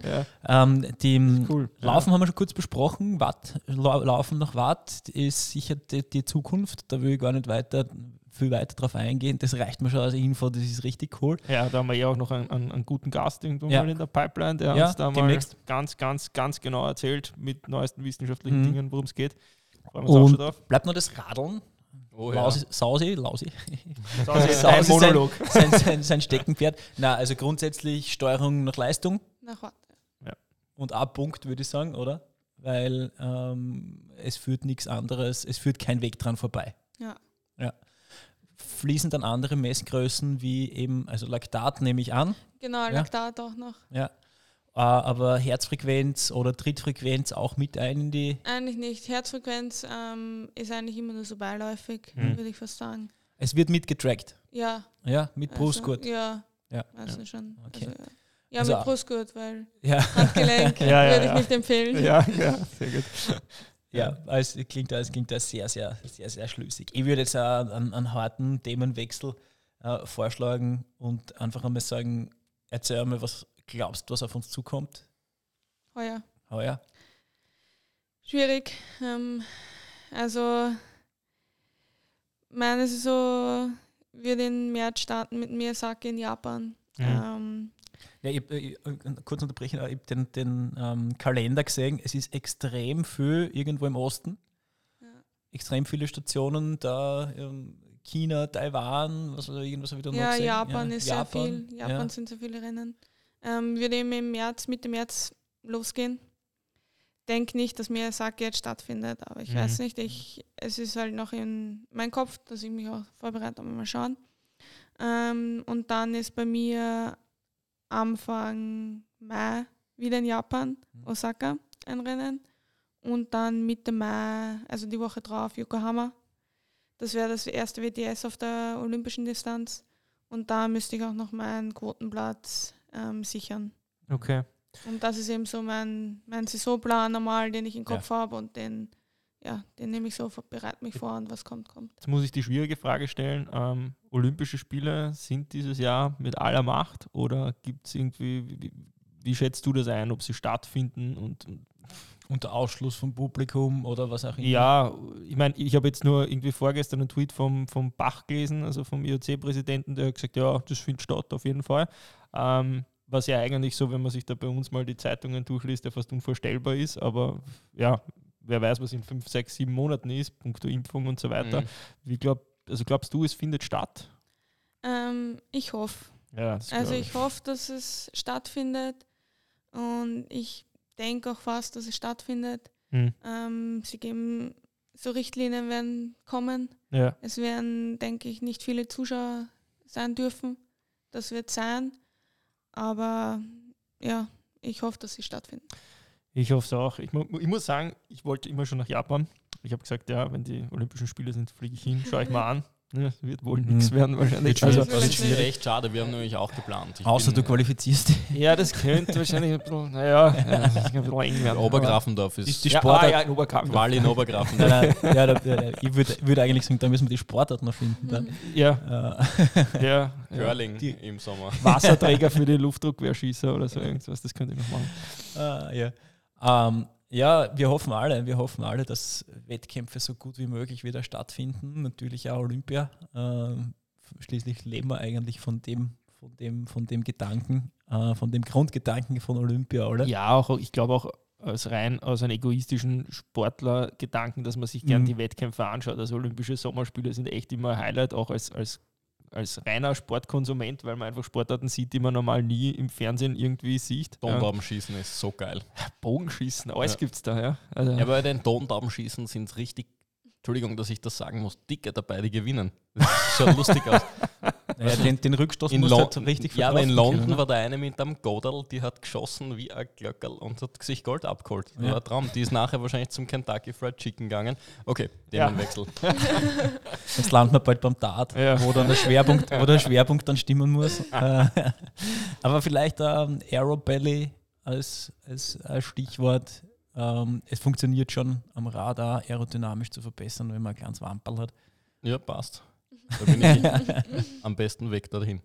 Cool. Laufen haben wir schon kurz besprochen. Laufen nach Watt ist sicher die Zukunft. Da will ich gar nicht viel weiter drauf eingehen. Das reicht mir schon als Info, das ist richtig cool. Ja, da haben wir ja auch noch einen guten Gast irgendwo mal in der Pipeline, der uns da mal ganz, ganz, ganz genau erzählt mit neuesten wissenschaftlichen Dingen, worum es geht. Freuen wir uns auch schon drauf. Bleibt noch das Radeln. Sausi. Ein Monolog. Sein Steckenpferd. Also grundsätzlich Steuerung nach Leistung. Nach Watt. Ja. Und A-Punkt, würde ich sagen, oder? Weil es führt nichts anderes, es führt kein Weg dran vorbei. Ja. Fließen dann andere Messgrößen wie eben, also Laktat nehme ich an. Genau, Laktat auch noch. Ja. Aber Herzfrequenz oder Trittfrequenz auch mit ein in die... Eigentlich nicht. Herzfrequenz ist eigentlich immer nur so beiläufig, würde ich fast sagen. Es wird mitgetrackt? Ja. Ja, mit Brustgurt? Ja. Also schon. Okay. Mit Brustgurt, weil Handgelenk würde ich nicht empfehlen. Ja, sehr gut. Ja, es klingt das sehr, sehr, sehr, sehr schlüssig. Ich würde jetzt auch einen harten Themenwechsel vorschlagen und einfach einmal sagen, erzähl mir was glaubst, was auf uns zukommt? Heuer. Schwierig. Also meine Saison wird im März starten mit Miyazaki in Japan. Kurz unterbrechen, ich habe den Kalender gesehen, es ist extrem viel irgendwo im Osten. Ja. Extrem viele Stationen da, China, Taiwan, irgendwas habe ich da noch gesehen. Japan ist sehr viel. Japan sind so viele Rennen. Wird eben Mitte März losgehen. Denke nicht, dass Miyazaki jetzt stattfindet, aber ich weiß nicht. Es ist halt noch in meinem Kopf, dass ich mich auch vorbereite, aber mal schauen. Und dann ist bei mir Anfang Mai wieder in Japan, Osaka, ein Rennen. Und dann Mitte Mai, also die Woche drauf, Yokohama. Das wäre das erste WTS auf der olympischen Distanz. Und da müsste ich auch noch meinen Quotenplatz sichern. Okay. Und das ist eben so mein Saisonplan normal, den ich im Kopf habe und den nehme ich so, bereite mich vor und was kommt. Jetzt muss ich die schwierige Frage stellen. Olympische Spiele sind dieses Jahr mit aller Macht oder gibt es irgendwie, wie schätzt du das ein, ob sie stattfinden und unter Ausschluss vom Publikum oder was auch immer? Ja, ich meine, ich habe jetzt nur irgendwie vorgestern einen Tweet vom Bach gelesen, also vom IOC-Präsidenten, der hat gesagt, ja, das findet statt auf jeden Fall. Was ja eigentlich so, wenn man sich da bei uns mal die Zeitungen durchliest, ja fast unvorstellbar ist, aber ja, wer weiß, was in 5, 6, 7 Monaten ist, punkto Impfung und so weiter. Glaubst du, es findet statt? Ich hoffe. Ja, ich hoffe, dass es stattfindet und ich denke auch fast, dass es stattfindet. Sie geben, so Richtlinien werden kommen. Ja. Es werden, denke ich, nicht viele Zuschauer sein dürfen. Das wird sein. Aber ja, ich hoffe, dass sie stattfinden. Ich hoffe es auch. Ich muss sagen, ich wollte immer schon nach Japan. Ich habe gesagt, ja, wenn die Olympischen Spiele sind, fliege ich hin, schaue ich mal an. Ja, wird wohl nichts werden wahrscheinlich. Das wird echt schade, wir haben nämlich auch geplant. Außer du qualifizierst dich. Ja, das könnte wahrscheinlich ein bisschen, das kann ein bisschen eng werden. Obergrafendorf ist die Sportart. In Obergrafendorf. Quali in Obergrafendorf. Ich würde eigentlich sagen, da müssen wir die Sportart noch finden. Dann. Ja. Curling im Sommer. Wasserträger für die Luftdruckquerschießer oder so irgendwas, das könnte ich noch machen. Wir hoffen alle, dass Wettkämpfe so gut wie möglich wieder stattfinden. Natürlich auch Olympia. Schließlich leben wir eigentlich von dem Gedanken, von dem Grundgedanken von Olympia, oder? Ja, ich glaube auch aus einem egoistischen Sportlergedanken, dass man sich gern die Wettkämpfe anschaut. Also Olympische Sommerspiele sind echt immer ein Highlight, auch als reiner Sportkonsument, weil man einfach Sportarten sieht, die man normal nie im Fernsehen irgendwie sieht. Tontaubenschießen ist so geil. Bogenschießen, alles gibt's da, ja. Also ja, bei den Tontaubenschießen sind es richtig, Entschuldigung, dass ich das sagen muss, Dicke dabei, die gewinnen. Das schaut lustig aus. Ja, den Rückstoß muss halt richtig ja, aber in London war der eine mit einem Godel, die hat geschossen wie ein Glöckerl und hat sich Gold abgeholt. Das war ein Traum. Die ist nachher wahrscheinlich zum Kentucky Fried Chicken gegangen. Okay, Themenwechsel. Jetzt landen wir bald beim Dart, wo der Schwerpunkt dann stimmen muss. Aber vielleicht Aerobelly als Stichwort. Es funktioniert schon am Radar aerodynamisch zu verbessern, wenn man ein kleines Wamperl hat. Ja, passt. Da bin ich am besten Weg dorthin.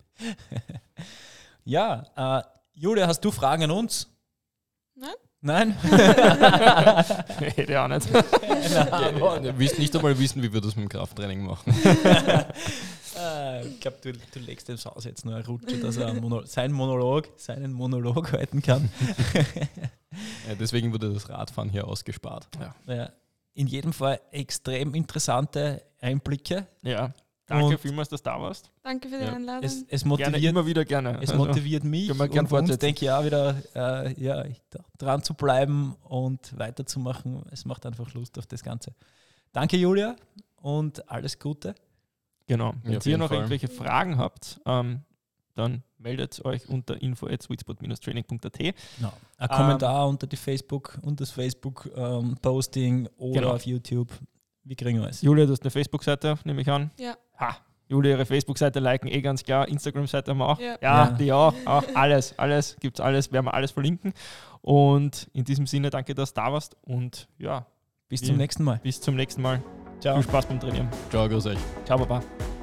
Ja, Julia, hast du Fragen an uns? Nein? Hätte ich auch nicht. Du willst nicht einmal wissen, wie wir das mit dem Krafttraining machen. Ich glaube, du legst dem Saus jetzt nur eine Rutsche, dass er seinen Monolog halten kann. Ja, deswegen wurde das Radfahren hier ausgespart. Ja. In jedem Fall extrem interessante Einblicke. Ja. Danke vielmals, dass du da warst. Danke für die Einladung. Es motiviert, gerne, immer wieder gerne. Es motiviert mich und uns, denke ich, auch wieder dran zu bleiben und weiterzumachen. Es macht einfach Lust auf das Ganze. Danke, Julia, und alles Gute. Genau. Wenn ihr noch irgendwelche Fragen habt, dann meldet euch unter info@sweetspot-training.at. Genau. Ein Kommentar unter das Facebook-Posting oder auf YouTube. Wir kriegen alles. Julia, du hast eine Facebook-Seite, nehme ich an. Ja. Julia, ihre Facebook-Seite liken, ganz klar. Instagram-Seite haben wir auch. Ja. Die auch. Alles gibt's alles, werden wir alles verlinken. Und in diesem Sinne, danke, dass du da warst. Und ja, bis zum nächsten Mal. Bis zum nächsten Mal. Ciao. Viel Spaß beim Trainieren. Ciao, grüß euch. Ciao, Baba.